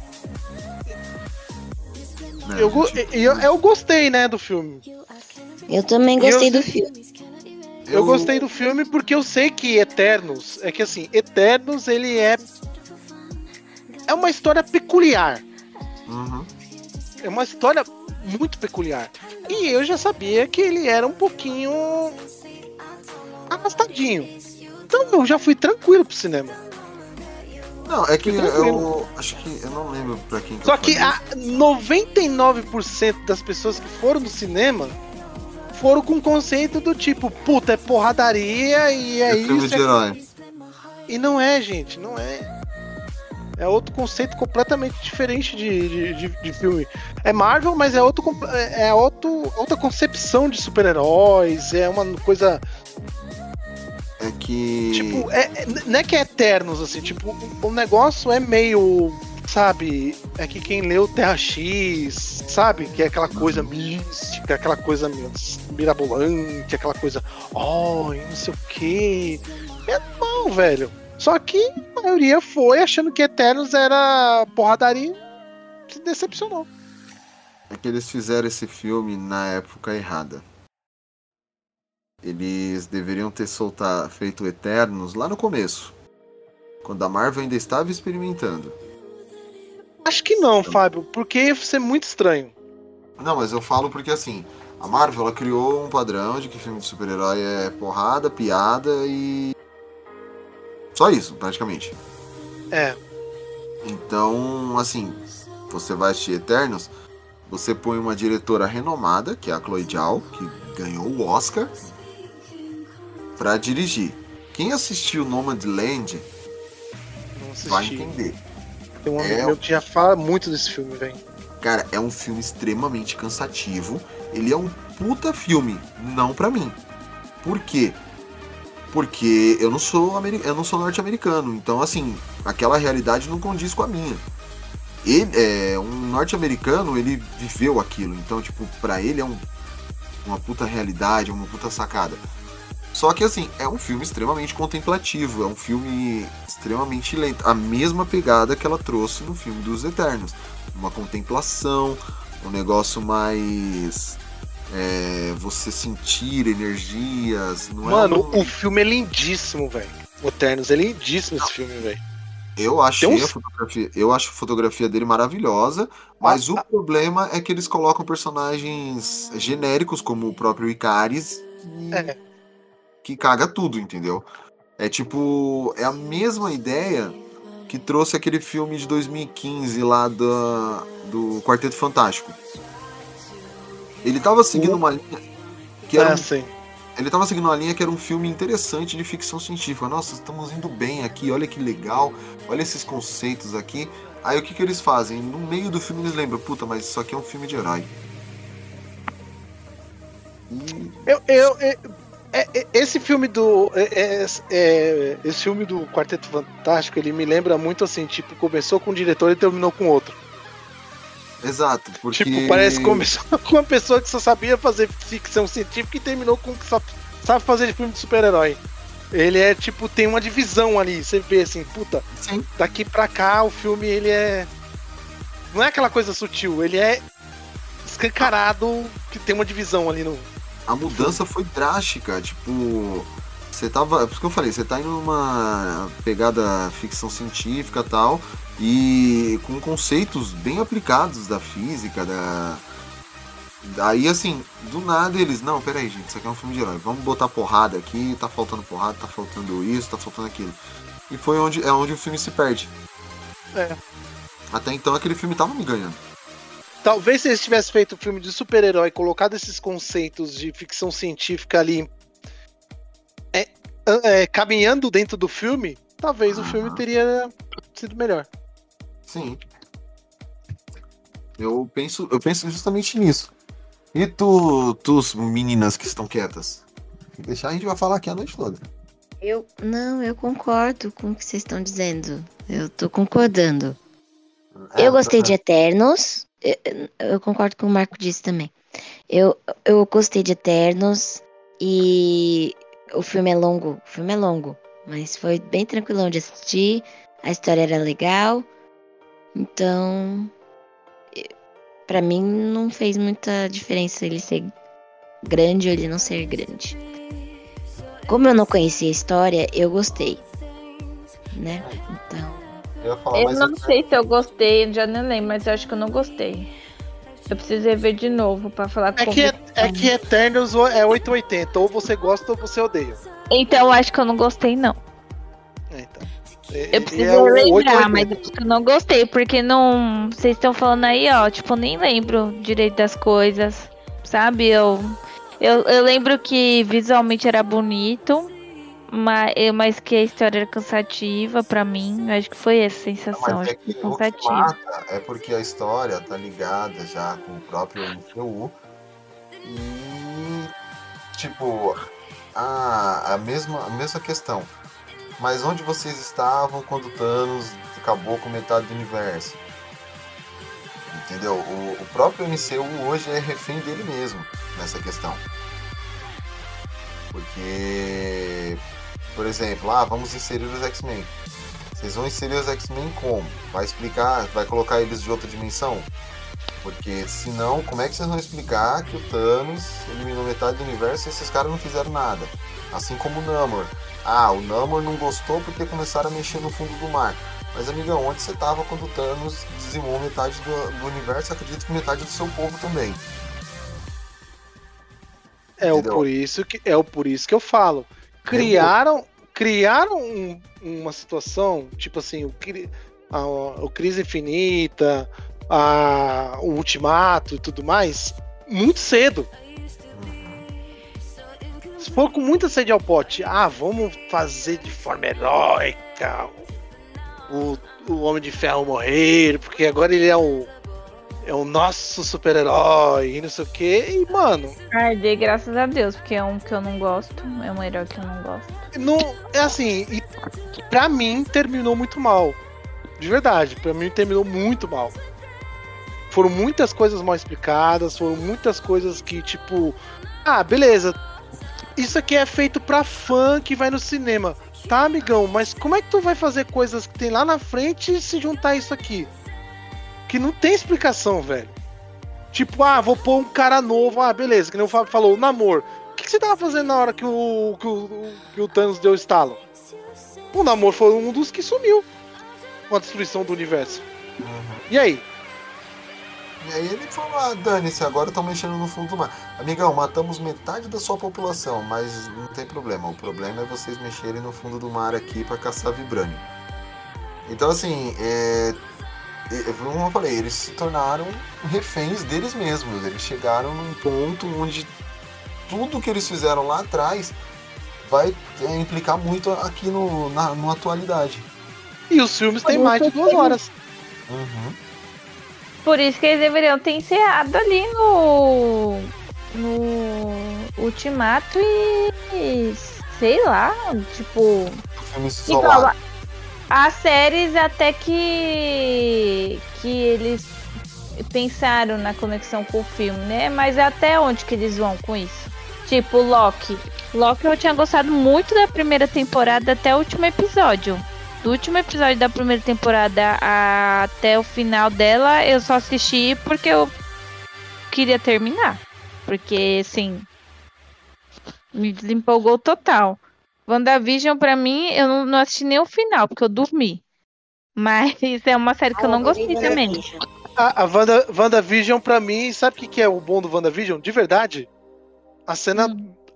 Eu gostei, né, do filme. Eu também gostei do filme. Eu gostei do filme porque eu sei que Eternos, é que assim, Eternos ele é uma história peculiar. Uhum. É uma história muito peculiar. E eu já sabia que ele era um pouquinho arrastadinho. Então eu já fui tranquilo pro cinema. Não, é que eu acho que eu não lembro pra quem que Só eu que falei. 99% das pessoas que foram no cinema foram com o conceito do tipo, puta, é porradaria e é isso. Filme de herói. E não é, gente, não é. É outro conceito completamente diferente de filme. É Marvel, mas é outra concepção de super-heróis. É uma coisa. É que. Tipo, não é que é Eternos, assim, tipo, o negócio é meio. Sabe? É que quem leu Terra X, sabe? Que é aquela coisa mística, aquela coisa mirabolante, aquela coisa. Não sei o quê. É normal, velho. Só que a maioria foi achando que Eternos era porradaria, se decepcionou. É que eles fizeram esse filme na época errada. Eles deveriam ter feito Eternos lá no começo, quando a Marvel ainda estava experimentando. Acho que não, Fábio, porque ia ser muito estranho. Não, mas eu falo porque assim, a Marvel ela criou um padrão de que filme de super-herói é porrada, piada e... só isso, praticamente. Então, assim, você vai assistir Eternos, você põe uma diretora renomada, que é a Chloe Zhao, que ganhou o Oscar, pra dirigir. Quem assistiu Nomadland vai entender. Tem um amigo meu que já fala muito desse filme, velho. Cara, é um filme extremamente cansativo. Ele é um puta filme, não pra mim. Por quê? Porque eu não sou norte-americano, então assim, aquela realidade não condiz com a minha. Um norte-americano, ele viveu aquilo, então tipo, pra ele é uma puta realidade, uma puta sacada. Só que assim, é um filme extremamente contemplativo, é um filme extremamente lento, a mesma pegada que ela trouxe no filme dos Eternos. Uma contemplação, um negócio mais... você sentir energias. Mano, o filme é lindíssimo, velho. O Eternos é lindíssimo esse filme, velho. Eu acho a fotografia dele maravilhosa, mas o problema é que eles colocam personagens genéricos, como o próprio Icaris, que caga tudo, entendeu? É tipo, é a mesma ideia que trouxe aquele filme de 2015 lá do Quarteto Fantástico. Ele tava seguindo uma linha que era ele tava seguindo uma linha que era um filme interessante de ficção científica. Nossa, estamos indo bem aqui, olha que legal, olha esses conceitos aqui. Aí o que eles fazem? No meio do filme eles lembram, puta, mas isso aqui é um filme de herói. Esse filme esse filme do Quarteto Fantástico, ele me lembra muito assim, tipo, começou com um diretor e terminou com outro. Exato, porque... Tipo, parece que começou com uma pessoa que só sabia fazer ficção científica e terminou com que só sabe fazer filme de super-herói. Ele é, tipo, tem uma divisão ali, você vê assim, puta, Sim. Daqui pra cá o filme, ele é... Não é aquela coisa sutil, ele é escancarado, que tem uma divisão ali no... A mudança foi drástica, tipo... Você tava... É por isso que eu falei, você tá indo numa pegada ficção científica e tal, e com conceitos bem aplicados da física, Aí, assim, do nada eles... Não, peraí, gente, isso aqui é um filme de herói. Vamos botar porrada aqui, tá faltando porrada, tá faltando isso, tá faltando aquilo. E foi onde o filme se perde. É. Até então aquele filme tava me ganhando. Talvez se eles tivessem feito um filme de super-herói, colocado esses conceitos de ficção científica ali caminhando dentro do filme, talvez o filme teria sido melhor. Sim. Eu penso justamente nisso. E tu meninas que estão quietas? Deixar, a gente vai falar aqui a noite toda. Eu concordo com o que vocês estão dizendo. Eu tô concordando. Eu gostei de Eternos. Eu concordo com o Marco disse também. Eu gostei de Eternos e o filme é longo. Mas foi bem tranquilão de assistir. A história era legal. Então, pra mim não fez muita diferença ele ser grande ou ele não ser grande. Como eu não conhecia a história, eu gostei, né? Então... Eu não sei se eu gostei, já nem lembro, mas eu acho que eu não gostei. Eu preciso ver de novo pra falar com que Eternos é 880, ou você gosta ou você odeia. Então eu acho que eu não gostei, não. Então. Eu preciso lembrar, mas eu acho que eu não gostei, porque não. Vocês estão falando aí, ó, tipo, eu nem lembro direito das coisas, sabe? Eu lembro que visualmente era bonito, mas que a história era cansativa pra mim. Eu acho que foi essa sensação, acho que foi cansativa. É porque a história tá ligada já com o próprio MCU e, tipo, a mesma questão. Mas onde vocês estavam quando Thanos acabou com metade do universo? Entendeu? O próprio MCU hoje é refém dele mesmo nessa questão. Porque, por exemplo, vamos inserir os X-Men. Vocês vão inserir os X-Men como? Vai explicar, vai colocar eles de outra dimensão? Porque senão, como é que vocês vão explicar que o Thanos eliminou metade do universo e esses caras não fizeram nada? Assim como o Namor. O Namor não gostou porque começaram a mexer no fundo do mar. Mas, amigão, onde você tava quando o Thanos dizimou metade do universo? Acredito que metade do seu povo também. Por isso que eu falo. Criaram uma situação, tipo assim, o Crise Infinita, o Ultimato e tudo mais, muito cedo. Se for com muita sede ao pote, vamos fazer de forma heróica o Homem de Ferro morrer, porque agora ele é o nosso super-herói e não sei o que, e mano... Dei graças a Deus, porque é um que eu não gosto, é um herói que eu não gosto. Não, é assim, e pra mim terminou muito mal, de verdade, pra mim terminou muito mal. Foram muitas coisas mal explicadas, foram muitas coisas que tipo, beleza, isso aqui é feito pra fã que vai no cinema, tá, amigão, mas como é que tu vai fazer coisas que tem lá na frente e se juntar isso aqui? Que não tem explicação, velho. Tipo, vou pôr um cara novo, beleza, que nem o Fábio falou, o Namor. O que você tava fazendo na hora que o Thanos deu o estalo? O Namor foi um dos que sumiu com a destruição do universo. E aí? E aí ele falou, dane-se, agora estão mexendo no fundo do mar. Amigão, matamos metade da sua população, mas não tem problema. O problema é vocês mexerem no fundo do mar aqui pra caçar vibrânio. Então, assim, como eu falei, eles se tornaram reféns deles mesmos. Eles chegaram num ponto onde tudo que eles fizeram lá atrás vai implicar muito aqui na atualidade. E os filmes têm mais de 2 horas. Por isso que eles deveriam ter encerrado ali Ultimato e sei lá, tipo, Filmes igual isolados. as séries até que eles pensaram na conexão com o filme, né? Mas até onde que eles vão com isso? Tipo, Loki. Loki eu tinha gostado muito da primeira temporada até o último episódio. Do último episódio da primeira temporada até o final dela, eu só assisti porque eu queria terminar. Porque, assim, me desempolgou total. WandaVision, pra mim, eu não assisti nem o final, porque eu dormi. Mas é uma série que eu não gostei também. A WandaVision, pra mim, sabe o que é o bom do WandaVision? De verdade, a cena,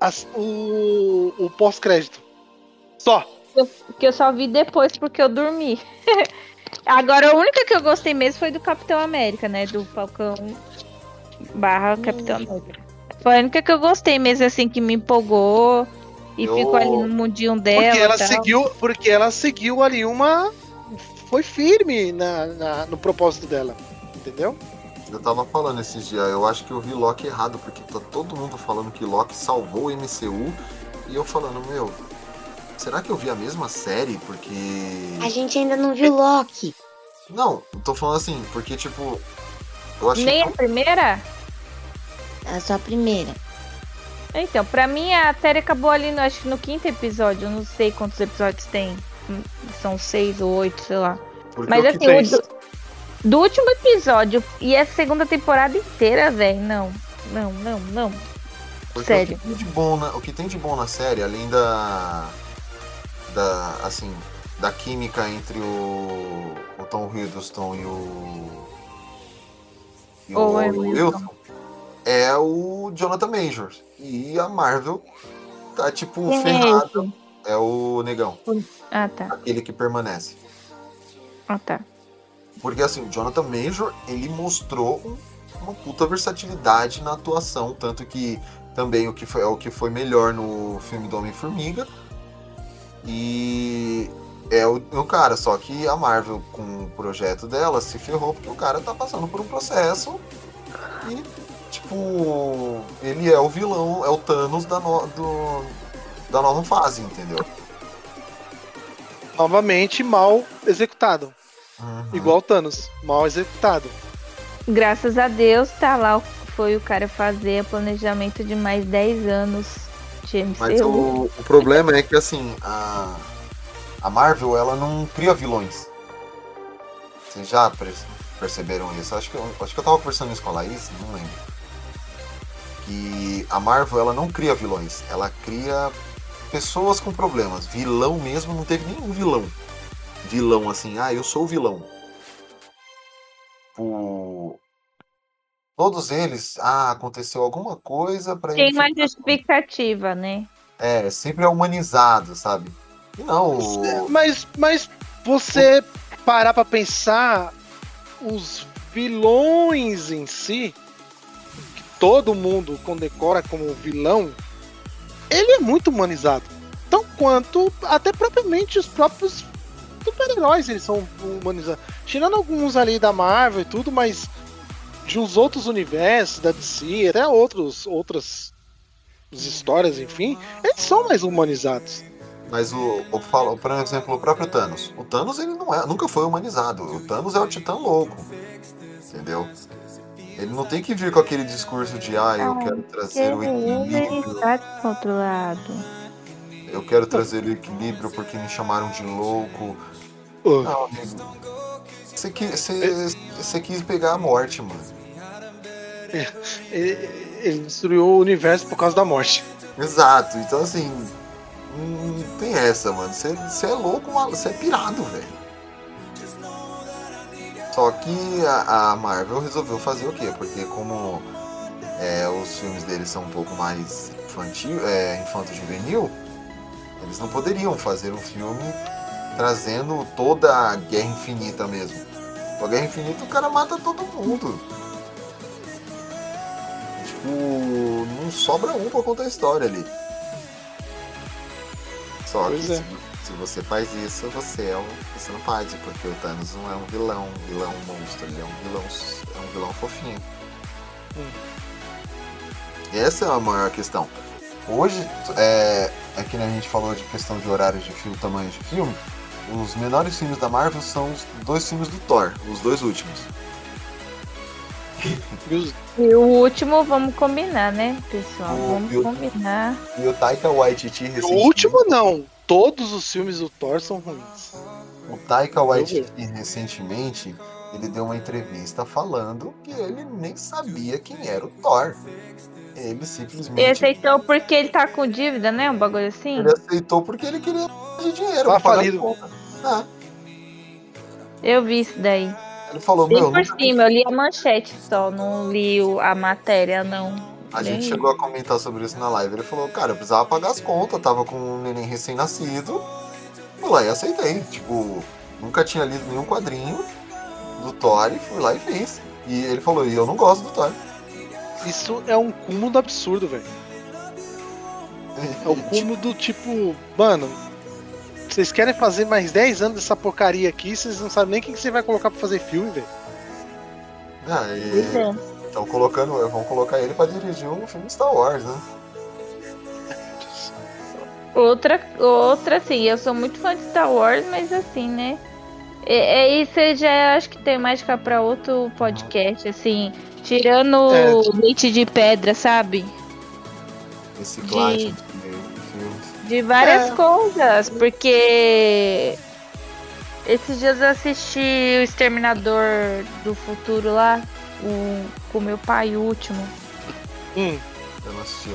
o pós-crédito. Só. Que eu só vi depois porque eu dormi. Agora, a única que eu gostei mesmo foi do Capitão América, né? Do Falcão / Capitão América. Foi a única que eu gostei mesmo, assim, que me empolgou e ficou ali no mundinho dela. Porque ela seguiu ali foi firme no propósito dela, entendeu? Eu tava falando esses dias, eu acho que eu vi Loki errado, porque tá todo mundo falando que Loki salvou o MCU, e eu falando, será que eu vi a mesma série? Porque... A gente ainda não viu Loki. Não, eu tô falando assim, porque tipo... Eu achei Nem a primeira? É só a primeira. Então, pra mim a série acabou ali, acho que no 5º episódio, eu não sei quantos episódios tem. São 6 ou 8, sei lá. Porque mas assim, do último episódio e a segunda temporada inteira, velho, não. Porque sério. O que tem de bom na série, além da química entre o Tom Hiddleston e o Wilson, é o Jonathan Majors. E a Marvel tá tipo ferrada. É o negão. Ah, tá. Aquele que permanece. Ah, tá. Porque assim, o Jonathan Major, ele mostrou uma puta versatilidade na atuação, tanto que também o que foi melhor no filme do Homem-Formiga. E é o cara, só que a Marvel, com o projeto dela, se ferrou porque o cara tá passando por um processo e, tipo, ele é o vilão, é o Thanos da nova fase, entendeu? Novamente, mal executado. Igual o Thanos, mal executado. Graças a Deus, tá lá, foi o cara fazer o planejamento de mais 10 anos de MCU. Mas o problema é que, assim, a Marvel, ela não cria vilões. Vocês já perceberam isso? Acho que eu tava conversando isso com a Laís, não lembro. Que a Marvel, ela não cria vilões, ela cria pessoas com problemas. Vilão mesmo, não teve nenhum vilão. Vilão assim, eu sou o vilão. Todos eles, aconteceu alguma coisa pra ele. Tem uma justificativa, né? Sempre é humanizado, sabe? E não. Mas você parar pra pensar, os vilões em si, que todo mundo condecora como vilão, ele é muito humanizado. Tão quanto até propriamente os próprios super-heróis, eles são humanizados. Tirando alguns ali da Marvel e tudo, mas de uns outros universos, da DC, até outras histórias, enfim, eles são mais humanizados. Mas por exemplo, o próprio Thanos. O Thanos, ele nunca foi humanizado. O Thanos é o Titã louco. Entendeu? Ele não tem que vir com aquele discurso de eu quero trazer o equilíbrio. Ele está descontrolado. Eu quero trazer o equilíbrio porque me chamaram de louco. Não, amigo. Você quis pegar a morte, mano. Ele destruiu o universo por causa da morte. Exato. Então, assim, não tem essa, mano. Você é louco, você é pirado, velho. Só que a Marvel resolveu fazer o quê? Porque como os filmes deles são um pouco mais infanto-juvenil, eles não poderiam fazer um filme trazendo toda a Guerra Infinita mesmo. Com a Guerra Infinita o cara mata todo mundo. Tipo, não sobra um pra contar a história ali. Só que se você faz isso, você não pode, porque o Thanos não é um vilão monstro, ele é um vilão fofinho. E essa é a maior questão. Hoje, que nem a gente falou de questão de horários de filme, tamanho de filme, os menores filmes da Marvel são os 2 filmes do Thor, os 2 últimos. E o último, vamos combinar, né, pessoal? Vamos combinar. E o Taika Waititi recentemente... O último não, todos os filmes do Thor são ruins. O Taika Waititi recentemente, ele deu uma entrevista falando que ele nem sabia quem era o Thor. Ele simplesmente... Ele aceitou porque ele tá com dívida, né? Um bagulho assim? Ele aceitou porque ele queria de dinheiro. Tá falido. Eu vi isso daí. Ele falou, bem por cima, eu li a manchete só, não li a matéria, não. A gente chegou a comentar sobre isso na live. Ele falou, cara, eu precisava pagar as contas, tava com um neném recém-nascido. Fui lá e aceitei. Tipo, nunca tinha lido nenhum quadrinho do Thor e fui lá e fiz. E ele falou, e eu não gosto do Thor. Isso é um cúmulo do absurdo, velho. É o cúmulo do tipo, mano, vocês querem fazer mais 10 anos dessa porcaria aqui, vocês não sabem nem quem que você vai colocar pra fazer filme, velho. Estão colocando, vão colocar ele pra dirigir um filme Star Wars, né? Outra, assim, eu sou muito fã de Star Wars, mas assim, né? Isso já acho que tem mais cá pra outro podcast, assim, tirando leite de pedra, sabe? Reciclagem de várias coisas, porque esses dias eu assisti o Exterminador do Futuro lá, com meu pai, o último. Eu não assisti.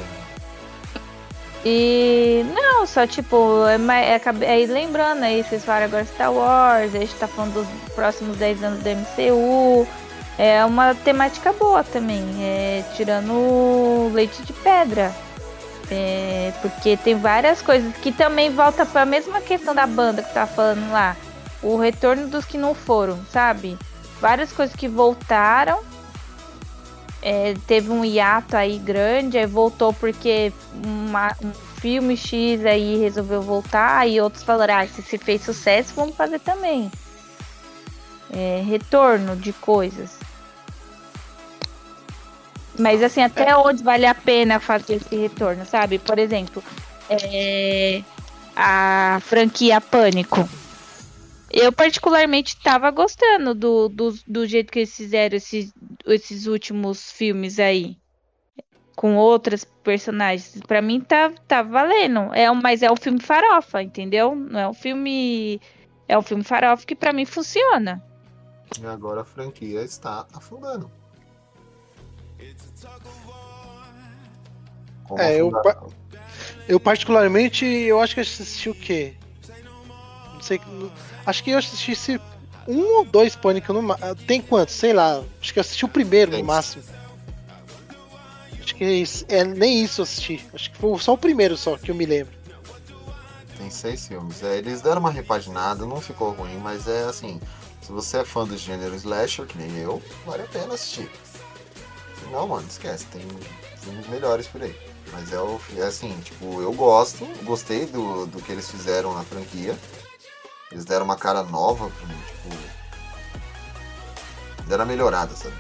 E não, só tipo, aí lembrando aí, vocês falaram agora Star Wars, a gente tá falando dos próximos 10 anos do MCU. É uma temática boa também, tirando leite de pedra. Porque tem várias coisas que também volta para a mesma questão da banda que tá falando lá. O retorno dos que não foram, sabe? Várias coisas que voltaram. Teve um hiato aí grande, aí voltou porque um filme X aí resolveu voltar, e outros falaram, se fez sucesso, vamos fazer também. Retorno de coisas. Mas assim, até onde vale a pena fazer esse retorno, sabe? Por exemplo, a franquia Pânico. Eu particularmente estava gostando do jeito que eles fizeram esses últimos filmes aí. Com outras personagens. Pra mim tá valendo. Mas é um filme farofa, entendeu? Não é um filme... É um filme farofa que pra mim funciona. E agora a franquia está afundando. Eu particularmente, eu acho que eu assisti o quê? Não sei, acho que eu assisti 1 ou 2 Pânico tem quantos? Sei lá, acho que eu assisti o primeiro no máximo. Acho que nem isso eu assisti, acho que foi só o primeiro só que eu me lembro. Tem 6 filmes, eles deram uma repaginada, não ficou ruim, mas assim, se você é fã do gênero slasher, que nem eu, vale a pena assistir. Não, mano, esquece, tem filmes melhores por aí. Mas assim, tipo, eu gostei do que eles fizeram na franquia. Eles deram uma cara nova, tipo, deram uma melhorada, sabe?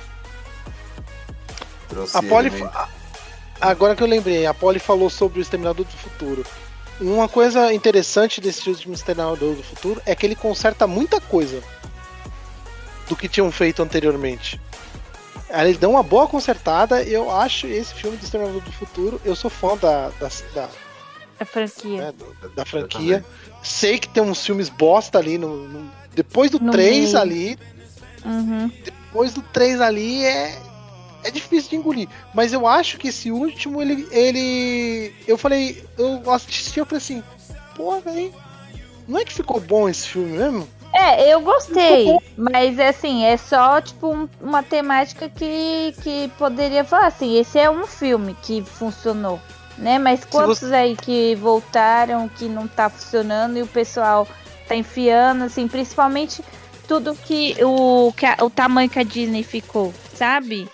Agora que eu lembrei, a Polly falou sobre o Exterminador do Futuro. Uma coisa interessante desse último Exterminador do Futuro é que ele conserta muita coisa do que tinham feito anteriormente. Eles dão uma boa consertada. Eu acho esse filme do Exterminador do Futuro. Eu sou fã da franquia. Da franquia. Sei que tem uns filmes bosta ali. Depois do 3 meio. Ali. Uhum. Depois do 3 ali é difícil de engolir. Mas eu acho que esse último, ele. Eu assisti, eu falei assim, pô, velho. Não é que ficou bom esse filme mesmo? Eu gostei, mas assim, é só tipo uma temática que poderia falar assim, esse é um filme que funcionou, né? Mas quantos aí que voltaram, que não tá funcionando e o pessoal tá enfiando, assim, principalmente tudo que o tamanho que a Disney ficou, sabe?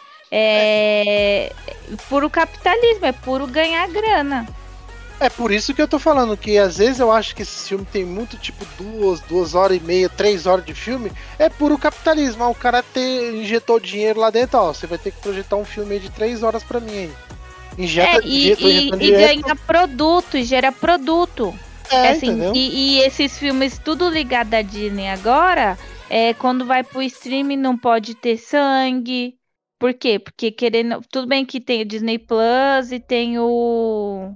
Puro capitalismo, é puro ganhar grana. É por isso que eu tô falando que às vezes eu acho que esse filme tem muito tipo 2 horas e meia, 3 horas de filme. É puro capitalismo. O cara injetou dinheiro lá dentro, ó. Você vai ter que projetar um filme aí de 3 horas pra mim aí. Injeta e ganha produto, e gera produto. Assim, e esses filmes tudo ligado à Disney agora, quando vai pro streaming não pode ter sangue. Por quê? Porque querendo. Tudo bem que tem o Disney Plus e tem o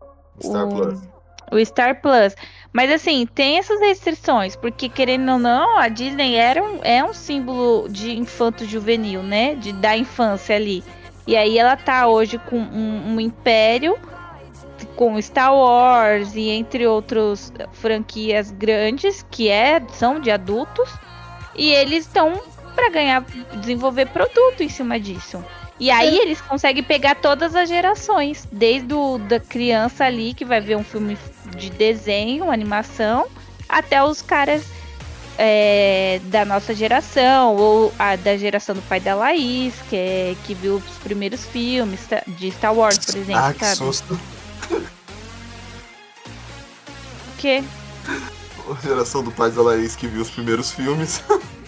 Star Plus. Mas assim, tem essas restrições, porque querendo ou não, a Disney é um símbolo de infanto-juvenil, né? Da infância ali. E aí ela tá hoje com um império, com Star Wars e entre outras franquias grandes, que são de adultos, e eles estão para desenvolver produto em cima disso. E aí eles conseguem pegar todas as gerações, desde da criança ali que vai ver um filme de desenho, animação, até os caras da nossa geração, ou da geração do pai da Laís, que viu os primeiros filmes de Star Wars, por exemplo. Ah, que susto. O quê? A geração do pai da Laís que viu os primeiros filmes.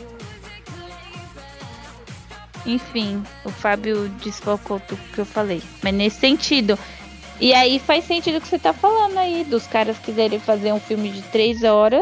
Enfim, o Fábio desfocou tudo que eu falei. Mas nesse sentido. E aí faz sentido o que você tá falando aí, dos caras quiserem fazer um filme de 3 horas.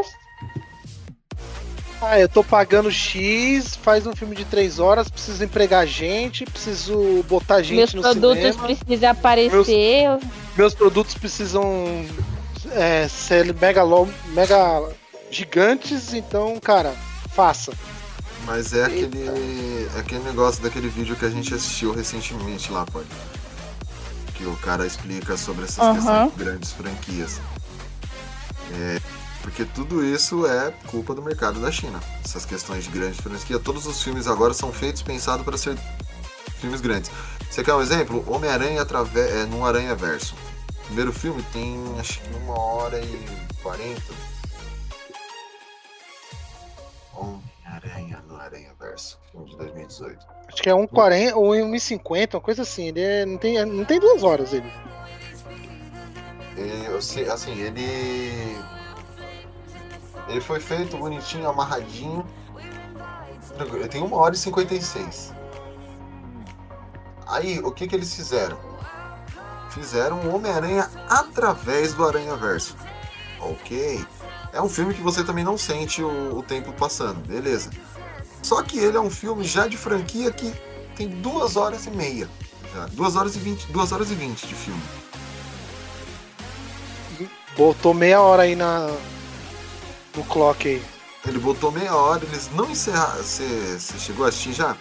Eu tô pagando X, faz um filme de 3 horas, preciso empregar gente, preciso botar gente no cinema. Meus produtos precisam aparecer. Meus produtos precisam ser mega gigantes, então, cara, faça. Mas é aquele negócio daquele vídeo que a gente assistiu recentemente lá, pô. Que o cara explica sobre essas questões de grandes franquias. Porque tudo isso é culpa do mercado da China. Essas questões de grandes franquias. Todos os filmes agora são feitos pensados para ser filmes grandes. Você quer um exemplo? Homem-Aranha num Aranha-Verso. O primeiro filme tem, acho que 1h40. Homem-Aranha no Aranha-Verso, filme de 2018. Acho que é 1h40 ou 1h50, uma coisa assim. Ele não tem 2 horas, ele. Ele foi feito bonitinho, amarradinho. Ele tem 1h56. Aí, o que eles fizeram? Fizeram o Homem-Aranha através do Aranha-Verso. Ok. É um filme que você também não sente o tempo passando, beleza. Só que ele é um filme já de franquia que tem 2h30. 2h20 de filme. Botou meia hora aí no clock aí. Ele botou meia hora, eles não encerraram. Você chegou a assistir já?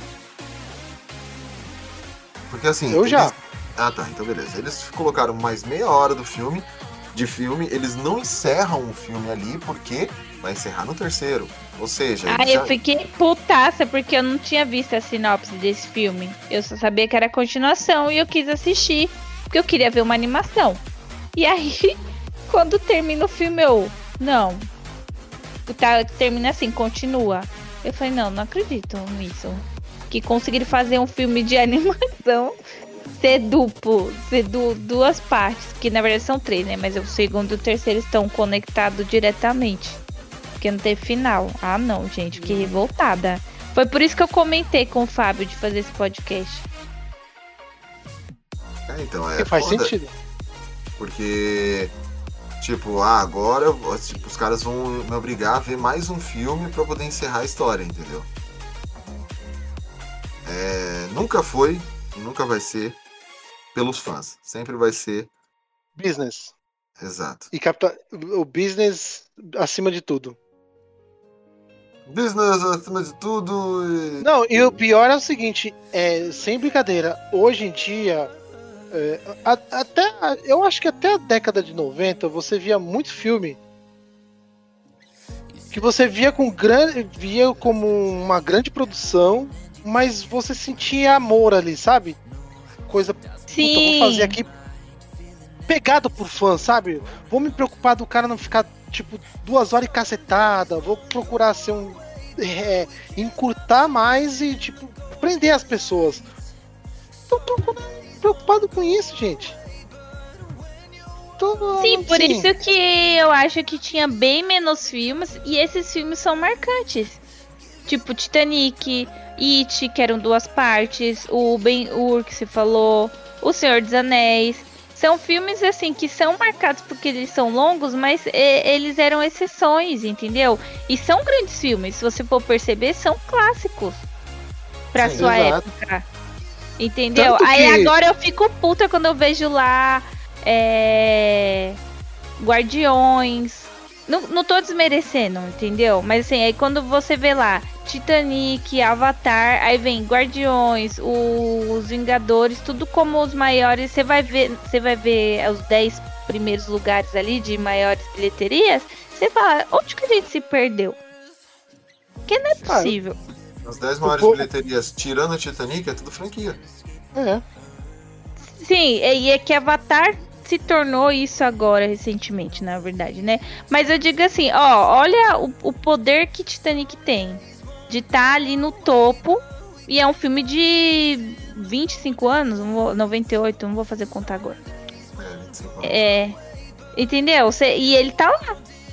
Porque assim. Eu já. Ah, tá, então beleza. Eles colocaram mais meia hora de filme, eles não encerram o filme ali porque vai encerrar no terceiro. Ou seja. Eu fiquei putaça porque eu não tinha visto a sinopse desse filme. Eu só sabia que era continuação e eu quis assistir porque eu queria ver uma animação. E aí, quando termina o filme, não. Termina assim, continua. Eu falei, não acredito nisso. Que conseguiram fazer um filme de animação ser duplo, duas partes, que na verdade são 3, né? Mas o segundo e o terceiro estão conectados diretamente. Porque não teve final. Ah, não, gente, fiquei revoltada. Foi por isso que eu comentei com o Fábio de fazer esse podcast. Então, faz sentido. Porque, agora os caras vão me obrigar a ver mais um filme pra poder encerrar a história, entendeu? Nunca foi, nunca vai ser pelos fãs. Sempre vai ser business. Exato. E o business acima de tudo. Business acima de tudo. Não, e o pior é o seguinte, sem brincadeira, hoje em dia, eu acho que até a década de 90 você via muito filme que você via como uma grande produção, mas você sentia amor ali, sabe? Coisa, sim. Puta, vou fazer aqui pegado por fã, sabe? Vou me preocupar do cara não ficar 2 horas e cacetada, vou procurar ser encurtar mais e prender as pessoas. Tô preocupado com isso, gente. Sim, por isso que eu acho que tinha bem menos filmes e esses filmes são marcantes. Tipo Titanic, It, que eram 2 partes, o Ben-Hur que se falou, O Senhor dos Anéis. São filmes, assim, que são marcados porque eles são longos, mas eles eram exceções, entendeu? E são grandes filmes, se você for perceber, são clássicos pra Sim, sua exato. época. Entendeu? Tanto Aí que- agora eu fico puta quando eu vejo lá Guardiões. Não tô desmerecendo, entendeu? Mas assim, aí quando você vê lá Titanic, Avatar, aí vem Guardiões, os Vingadores, tudo como os maiores, você vai ver os 10 primeiros lugares ali de maiores bilheterias, você fala, onde que a gente se perdeu? Porque não é possível. As 10 maiores bilheterias, tirando a Titanic, é tudo franquia. É. Sim, e é que Avatar se tornou isso agora, recentemente, na verdade, né? Mas eu digo assim, ó, olha o poder que Titanic tem. De estar ali no topo. E é um filme de 25 anos, 98, não vou fazer conta agora. 25 anos. Entendeu? E ele tá lá.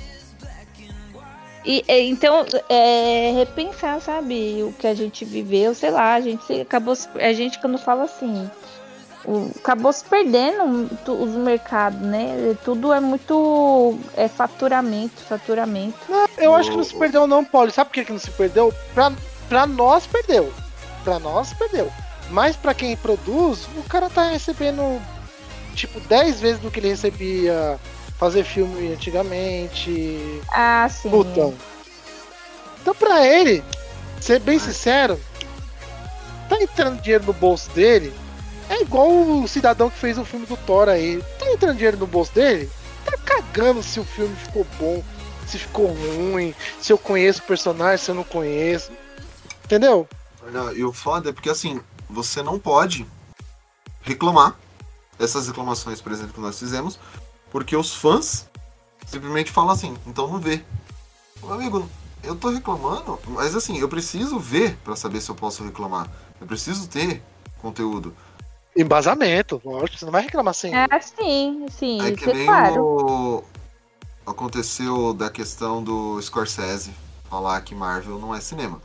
Então, repensar, sabe? O que a gente viveu, sei lá, a gente quando fala assim, acabou se perdendo os mercados, né? Tudo é muito faturamento. Não, eu acho que não se perdeu não, Paulo. Sabe por que não se perdeu? Pra nós perdeu. Mas pra quem produz, o cara tá recebendo tipo 10 vezes do que ele recebia fazer filme antigamente. Ah, sim. Puta. Então pra ele, ser bem sincero, tá entrando dinheiro no bolso dele. É igual o cidadão que fez o filme do Thor aí. Tá entrando dinheiro no bolso dele? Tá cagando se o filme ficou bom, se ficou ruim, se eu conheço o personagem, se eu não conheço. Entendeu? Não, e o foda é porque assim, você não pode reclamar essas reclamações, por exemplo, que nós fizemos, porque os fãs simplesmente falam assim, então não vê. Meu amigo, eu tô reclamando, mas assim, eu preciso ver pra saber se eu posso reclamar. Eu preciso ter conteúdo. Embasamento, lógico, você não vai reclamar assim. Sim, É isso que é nem claro. aconteceu da questão do Scorsese falar que Marvel não é cinema.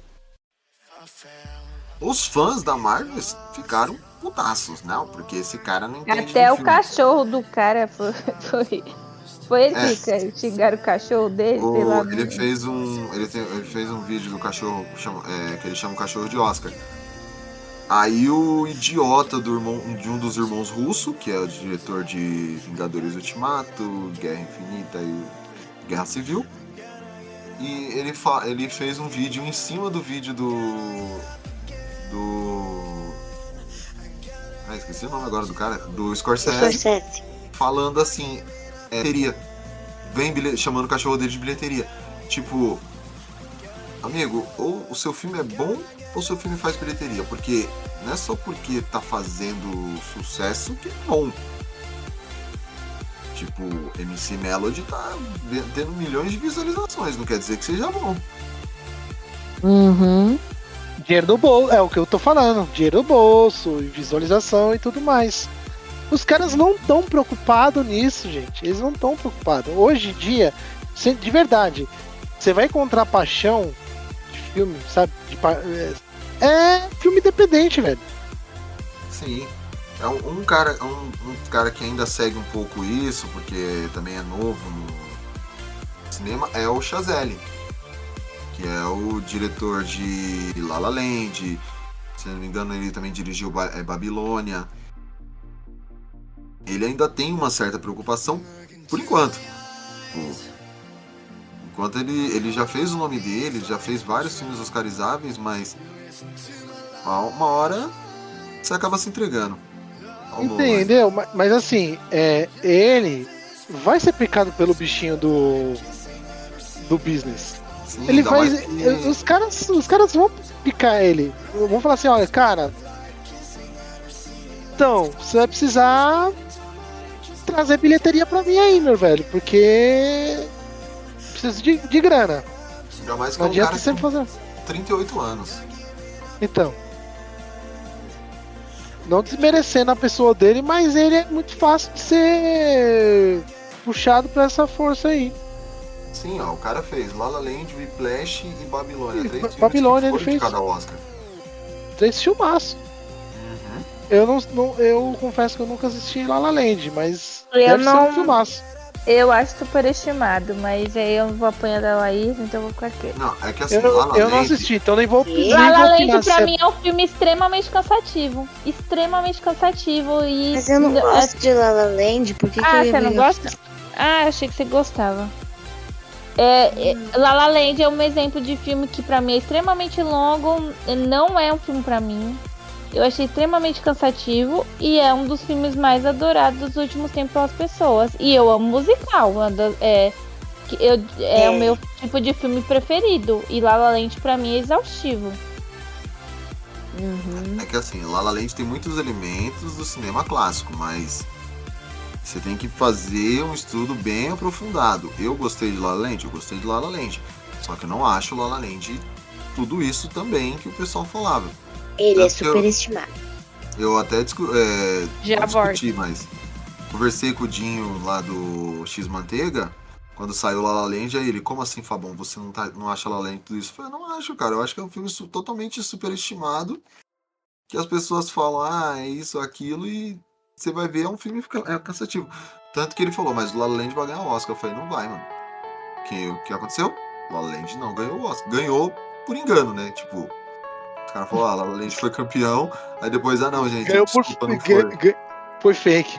Os fãs da Marvel ficaram putaços, não, porque esse cara não entende Até de o filme. cachorro do cara foi ele que xingaram o cachorro dele, sei lá. Ele fez um vídeo do cachorro que ele chama o cachorro de Oscar. Aí o idiota de um dos irmãos russo, que é o diretor de Vingadores Ultimato, Guerra Infinita e Guerra Civil, e ele fez um vídeo em cima do vídeo esqueci o nome agora do cara, do Scorsese. Falando assim, bilheteria, chamando o cachorro dele de bilheteria. Tipo, amigo, ou o seu filme é bom ou o seu filme faz bilheteria, porque não é só porque tá fazendo sucesso que é bom. Tipo, MC Melody tá tendo milhões de visualizações, não quer dizer que seja bom. Uhum. Dinheiro no bolso, é o que eu tô falando. Dinheiro no bolso, visualização e tudo mais. Os caras não estão preocupados nisso, gente. Eles não estão preocupados. Hoje em dia, de verdade, você vai encontrar paixão de filme, sabe? É filme independente, velho. Sim. É um cara que ainda segue um pouco isso, porque também é novo no cinema, é o Chazelle, que é o diretor de La La Land. Se não me engano, ele também dirigiu Babilônia. Ele ainda tem uma certa preocupação, por enquanto. Enquanto ele já fez o nome dele, já fez vários filmes oscarizáveis, mas uma hora você acaba se entregando. Entendeu? Mas assim, ele vai ser picado pelo bichinho do business. Sim, Ele vai. Os caras vão picar ele. Vão falar assim, olha, cara. Então, você vai precisar trazer bilheteria pra mim aí, meu velho. Porque preciso de grana. Ainda mais que não é um adianta cara sempre fazer. 38 anos. Então. Não desmerecendo a pessoa dele, mas ele é muito fácil de ser puxado pra essa força aí. Sim, ó, o cara fez La La Land, Whiplash e Babilônia. 3 filmes Babilônia que ele fez. de cada Oscar. 3 filmaços. Eu confesso que eu nunca assisti La La Land, mas Eu deve ser não- um filmaço. Eu acho superestimado, mas aí eu vou apanhar da Laís, então eu vou ficar aqui. Não, é que assim, Eu, La La eu não Land, assisti, então nem vou nem La La vou Land opinar pra se é- mim é um filme extremamente cansativo. Extremamente cansativo e... Mas eu não gosto de La La Land, por que, que eu Ah, ia você não brigar? gosta? Ah, achei que você gostava. La La Land é um exemplo de filme que pra mim é extremamente longo, não é um filme pra mim. Eu achei extremamente cansativo e é um dos filmes mais adorados dos últimos tempos pelas pessoas. E eu amo musical, é o meu tipo de filme preferido. E La La Land pra mim é exaustivo. é que assim, La La Land tem muitos elementos do cinema clássico, mas você tem que fazer um estudo bem aprofundado. Eu gostei de La La Land, eu gostei de La La Land. Só que eu não acho La La Land tudo isso também que o pessoal falava. Ele é Tanto que eu- superestimado. Eu até Já não abordo. discuti, mas conversei com o Dinho lá do X Manteiga, quando saiu La La Land, aí ele, como assim, Fabão, você não acha La La Land tudo isso? Eu falei, não acho, cara, eu acho que é um filme totalmente superestimado, que as pessoas falam, é isso, aquilo, e você vai ver, é um filme cansativo. Tanto que ele falou, mas La La Land vai ganhar o Oscar. Eu falei, não vai, mano. O que aconteceu? La La Land não ganhou o Oscar. Ganhou por engano, né? Tipo, o cara falou, La La Land foi campeão, aí depois, não, gente, Ganhou por desculpa, não foi. foi fake.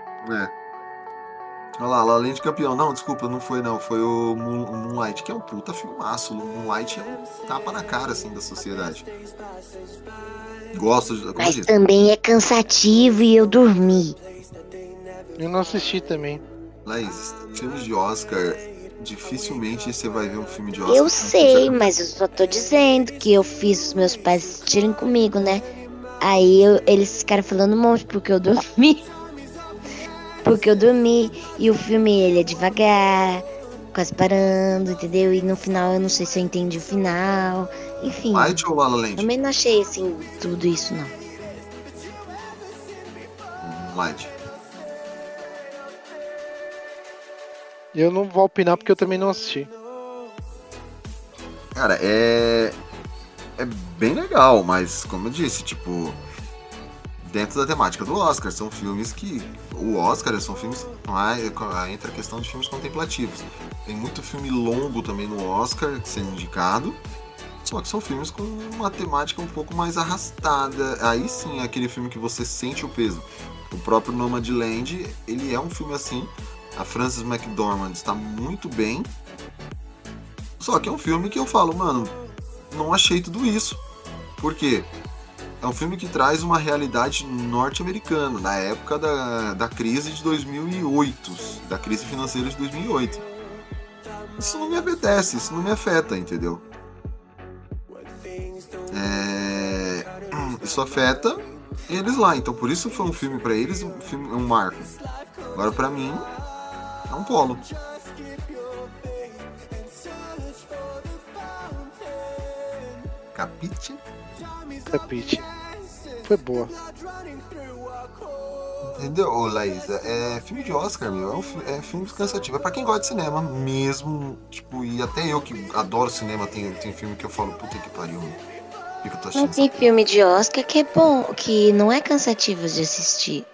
Olha lá, La La Land campeão. Não, desculpa, não foi não. Foi o Moonlight, que é um puta filmaço. O Moonlight é um tapa na cara, assim, da sociedade. Gosto, como eu Mas disse. também é cansativo e eu dormi. Eu não assisti também. Laís, filmes de Oscar, dificilmente você vai ver um filme de Oscar. Eu sei, mas eu só tô dizendo que eu fiz os meus pais assistirem comigo, né? Aí eles ficaram falando um monte porque eu dormi. Porque eu dormi e o filme ele é devagar, quase parando, entendeu? E no final eu não sei se eu entendi o final. Enfim, Moonlight ou La La Land? também não achei assim tudo isso não. Moonlight. Eu não vou opinar porque eu também não assisti. Cara, é bem legal, mas como eu disse, tipo, dentro da temática do Oscar, são filmes que o Oscar são filmes, entra a questão de filmes contemplativos. Tem muito filme longo também no Oscar sendo indicado, só que são filmes com uma temática um pouco mais arrastada. Aí sim, é aquele filme que você sente o peso. O próprio Nomadland, ele é um filme assim. A Frances McDormand está muito bem. Só que é um filme que eu falo, mano, não achei tudo isso. Por quê? É um filme que traz uma realidade norte-americana, na época da crise de 2008, da crise financeira de 2008. Isso não me apetece, isso não me afeta, entendeu? Isso afeta eles lá, então por isso foi um filme pra eles, um marco. Agora pra mim, é um polo. Capite? Foi boa. Entendeu, ô Laís? É filme de Oscar, meu. É filme cansativo. É pra quem gosta de cinema mesmo. Tipo, e até eu que adoro cinema, tem filme que eu falo, puta que pariu, meu. Por que eu tô Não assistindo tem essa filme de Oscar que é bom, que não é cansativo de assistir.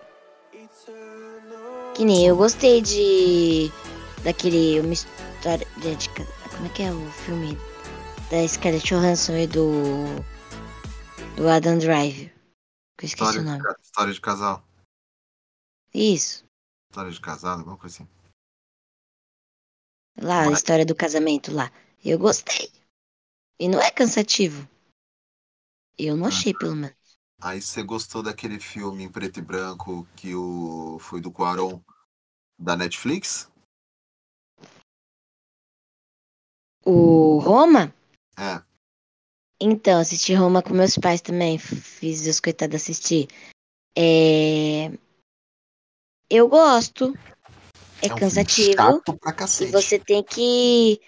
Que nem eu gostei daquele uma história como é que é o filme da Scarlett Johansson e do Adam Driver? Que eu esqueci o nome. História de casal. Isso. História de casado, alguma coisa assim. Lá, a história do casamento lá. Eu gostei. E não é cansativo. Eu não achei, pelo menos. Aí você gostou daquele filme em preto e branco que foi do Cuarón da Netflix? O Roma? É. Então, assisti Roma com meus pais também. Fiz os coitados assistir. Eu gosto. É um cansativo. Chato pra cacete. E você tem que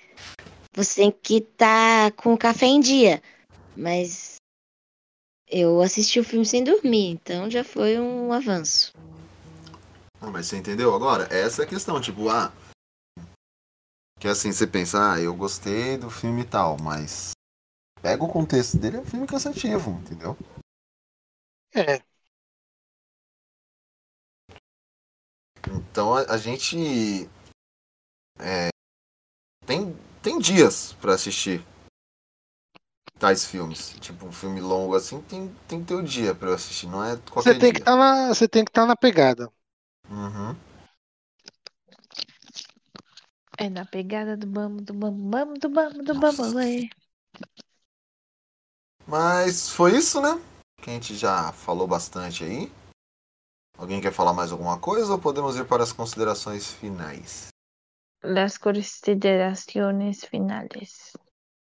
estar com o café em dia. Mas eu assisti o filme sem dormir, então já foi um avanço. Mas você entendeu agora? Essa é a questão, tipo, que assim, você pensa, eu gostei do filme e tal, mas pega o contexto dele, é um filme cansativo, entendeu? Então a gente tem dias pra assistir tais filmes. Tipo, um filme longo assim tem que ter o dia pra eu assistir, não é Você qualquer tem que dia. estar na pegada. Uhum. É na pegada do bambu, do bambu, bambu, do bambu, do Nossa. bambu, é. Mas foi isso, né? Que a gente já falou bastante aí. Alguém quer falar mais alguma coisa ou podemos ir para as considerações finais? Las consideraciones finales.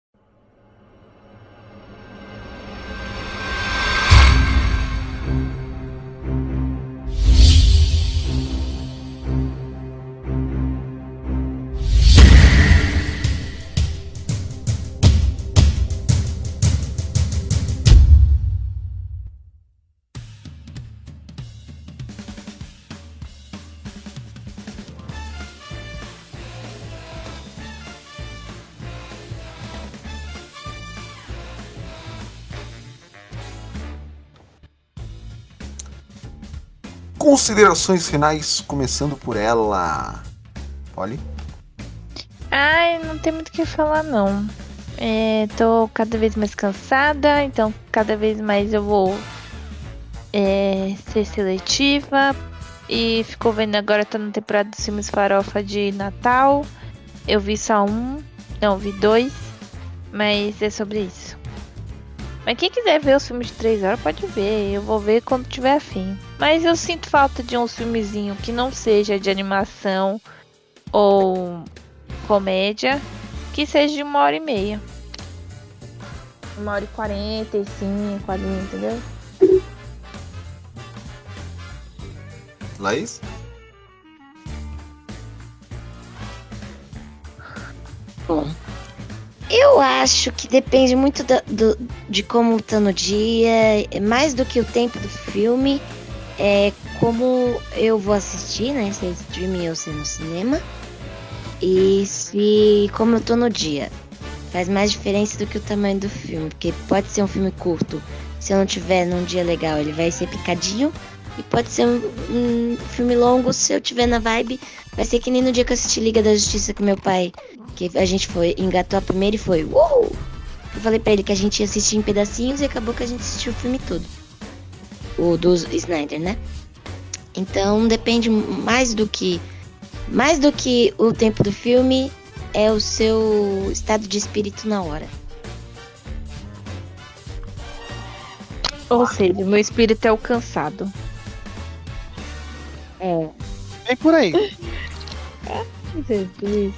Considerações finais, começando por ela. Polly? Ai, não tem muito o que falar, não. Tô cada vez mais cansada, então cada vez mais eu vou ser seletiva. E ficou vendo agora, tá na temporada dos filmes farofa de Natal. Eu vi só um, não, vi 2, mas é sobre isso. Mas quem quiser ver os filmes de 3 horas pode ver, eu vou ver quando tiver afim. Mas eu sinto falta de um filmezinho que não seja de animação ou comédia, que seja de 1h30. 1h45 ali, entendeu? Laís? Bom, eu acho que depende muito de como tá no dia, mais do que o tempo do filme, é como eu vou assistir, né? Se é streaming ou se é no cinema. E como eu tô no dia. Faz mais diferença do que o tamanho do filme, porque pode ser um filme curto. Se eu não tiver num dia legal, ele vai ser picadinho. E pode ser um filme longo, se eu tiver na vibe, vai ser que nem no dia que eu assisti Liga da Justiça com meu pai, que a gente engatou a primeira e foi uou! Eu falei pra ele que a gente ia assistir em pedacinhos e acabou que a gente assistiu o filme todo. O do Snyder, né? Então depende mais do que o tempo do filme, é o seu estado de espírito na hora. Ou seja, meu espírito é alcançado. Vem por aí. Jesus.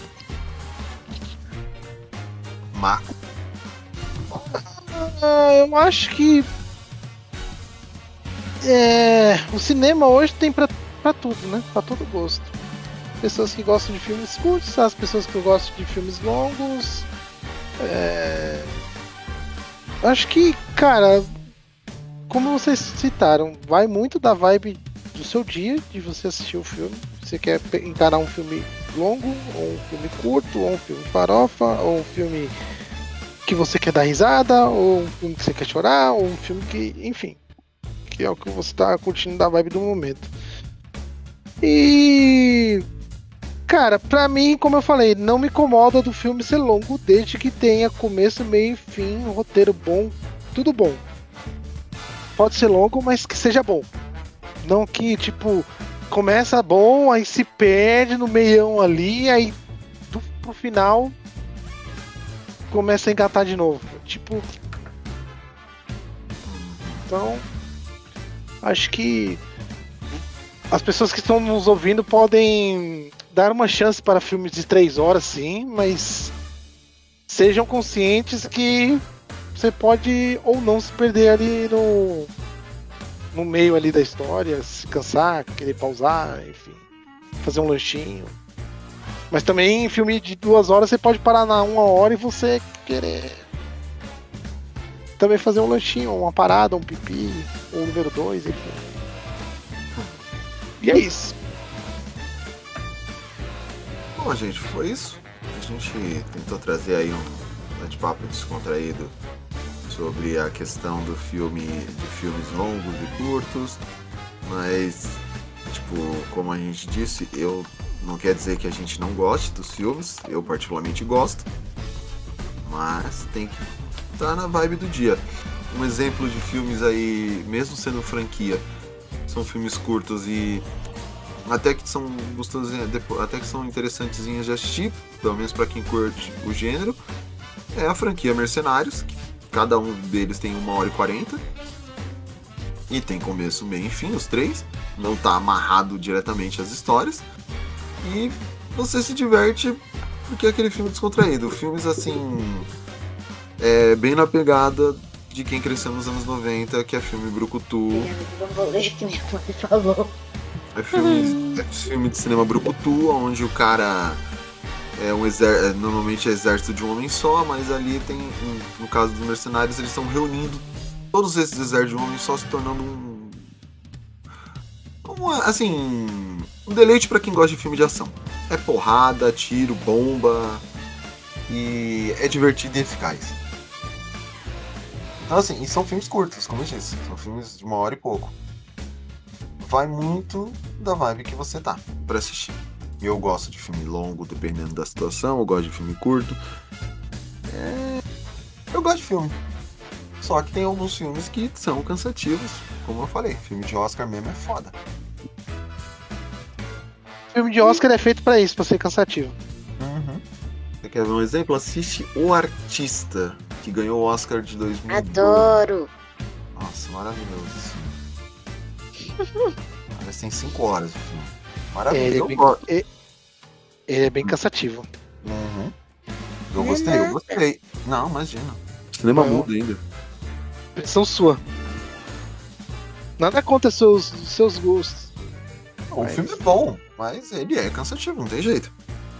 Marco? Eu acho que o cinema hoje tem pra tudo, né? Pra todo gosto. Pessoas que gostam de filmes curtos, as pessoas que gostam de filmes longos. Acho que, cara, como vocês citaram, vai muito da vibe do seu dia, de você assistir o filme. Você quer encarar um filme longo, ou um filme curto, ou um filme farofa, ou um filme que você quer dar risada, ou um filme que você quer chorar, ou um filme que, enfim, que é o que você tá curtindo da vibe do momento. E, cara, pra mim, como eu falei, não me incomoda do filme ser longo, desde que tenha começo, meio e fim, um roteiro bom, tudo bom. Pode ser longo, mas que seja bom. Não que, tipo, começa bom, aí se perde no meião ali, aí pro final começa a engatar de novo. Tipo. Então, acho que as pessoas que estão nos ouvindo podem dar uma chance para filmes de 3 horas, sim, mas sejam conscientes que você pode ou não se perder ali no meio ali da história, se cansar, querer pausar, enfim, fazer um lanchinho. Mas também em filme de 2 horas você pode parar na 1 hora e você querer também fazer um lanchinho, uma parada, um pipi, ou número 2, enfim. E é isso. Bom, gente, foi isso. A gente tentou trazer aí um bate-papo descontraído sobre a questão do filme, de filmes longos e curtos, mas tipo, como a gente disse, eu não quer dizer que a gente não goste dos filmes, eu particularmente gosto, mas tem que estar na vibe do dia. Um exemplo de filmes aí, mesmo sendo franquia, são filmes curtos e até que são gostosinhos, até que são interessantezinhos de assistir, pelo menos para quem curte o gênero, é a franquia Mercenários, que cada um deles tem 1h40 e tem começo, meio e fim, os 3, não tá amarrado diretamente às histórias e você se diverte porque é aquele filme descontraído. Filmes assim, bem na pegada de quem cresceu nos anos 90, que é filme brucutu. É filme de cinema brucutu, onde o cara normalmente é exército de um homem só, mas ali tem, no caso dos Mercenários, eles estão reunindo todos esses exércitos de um homem só, se tornando um deleite pra quem gosta de filme de ação. É porrada, tiro, bomba e é divertido e eficaz. Então assim, e são filmes curtos, como eu disse, são filmes de 1h e pouco. Vai muito da vibe que você tá pra assistir. Eu gosto de filme longo, dependendo da situação, eu gosto de filme curto. Eu gosto de filme. Só que tem alguns filmes que são cansativos, como eu falei, filme de Oscar mesmo é foda. Filme de Oscar é feito pra isso, pra ser cansativo. Uhum. Você quer ver um exemplo? Assiste O Artista, que ganhou o Oscar de 2002. Adoro! Nossa, maravilhoso esse filme. Parece que tem 5 horas o filme. Maravilhoso. Ele é bem cansativo. Uhum. Eu gostei. Não, imagina. Cinema mudo ainda. Impressão sua. Nada contra seus gostos. O filme é bom, mas ele é cansativo, não tem jeito.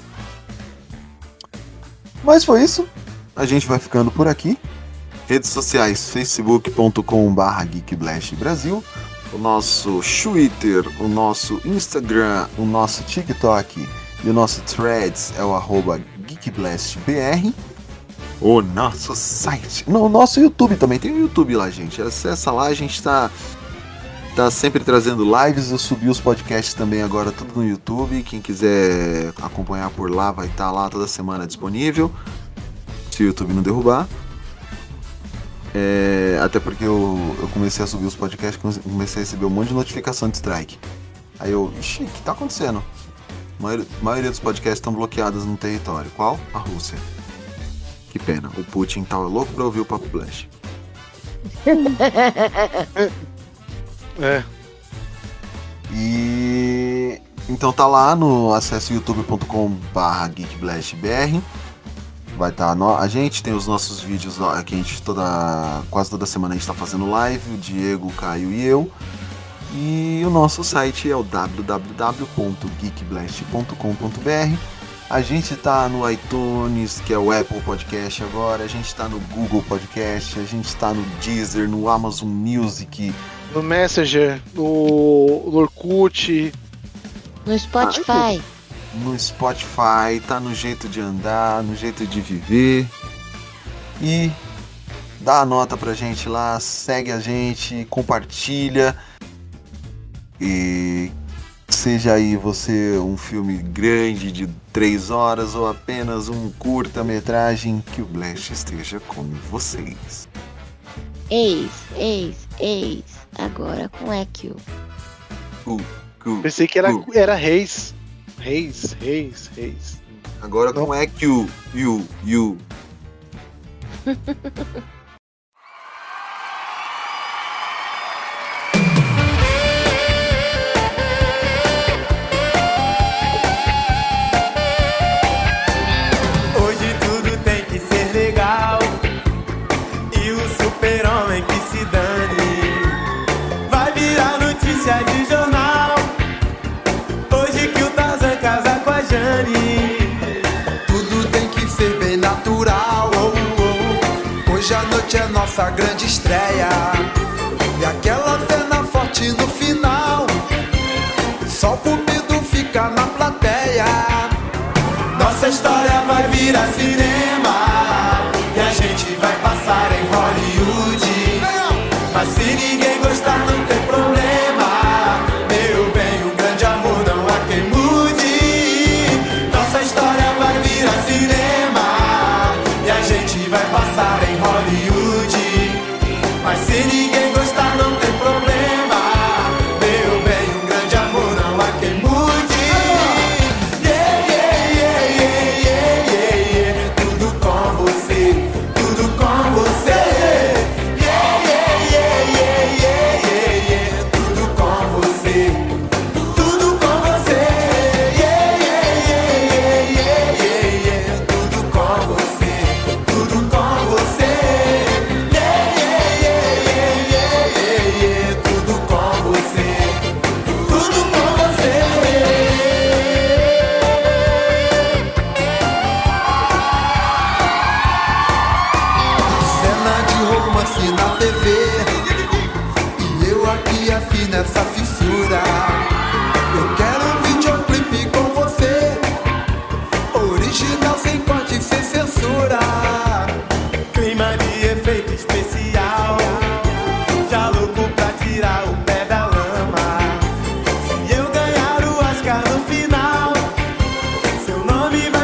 Mas foi isso. A gente vai ficando por aqui. Redes sociais, facebook.com/geekblastbrasil, o nosso Twitter, o nosso Instagram, o nosso TikTok e o nosso Threads é o @geekblastbr. O nosso site, o nosso YouTube também, tem o YouTube lá, gente. Acessa lá, a gente tá sempre trazendo lives. Eu subi os podcasts também agora tudo no YouTube. Quem quiser acompanhar por lá vai estar lá toda semana disponível, se o YouTube não derrubar. Até porque eu comecei a subir os podcasts, comecei a receber um monte de notificação de strike. Aí o que tá acontecendo? A maioria dos podcasts estão bloqueados no território. Qual? A Rússia. Que pena, o Putin tá louco pra ouvir o Papo Blast. E então tá lá no acesso youtube.com/geekblastbr. Vai estar a gente, tem os nossos vídeos lá, que a gente quase toda semana a gente tá fazendo live, o Diego, o Caio e eu. E o nosso site é o www.geekblast.com.br. A gente tá no iTunes, que é o Apple Podcast agora, a gente tá no Google Podcast, a gente tá no Deezer, no Amazon Music, no Messenger, no Orkut, no Spotify. No Spotify, tá no jeito de andar, no jeito de viver. E dá a nota pra gente lá, segue a gente, compartilha. E seja aí você um filme grande de 3 horas ou apenas um curta-metragem, que o Blast esteja com vocês. Eis, agora com EQ. Pensei que era Reis. Reis. Agora com EQ, you. Hoje tudo tem que ser legal e o super-homem que se dane. Vai virar notícia de jornal hoje que o Tarzan casa com a Jane. Tudo tem que ser bem natural. Hoje a noite é nossa grande estreia e aquela cena forte no final, só o cupido fica na plateia. Nossa história vai virar cinema e a gente vai passar em Hollywood. Mas se ninguém gostar não tem problema, meu bem, um grande lance na TV. E eu aqui afim nessa fissura. Eu quero um videoclipe com você, original, sem corte, sem censura. Clima de efeito especial, já louco pra tirar o pé da lama. Se eu ganhar o Oscar no final, seu nome vai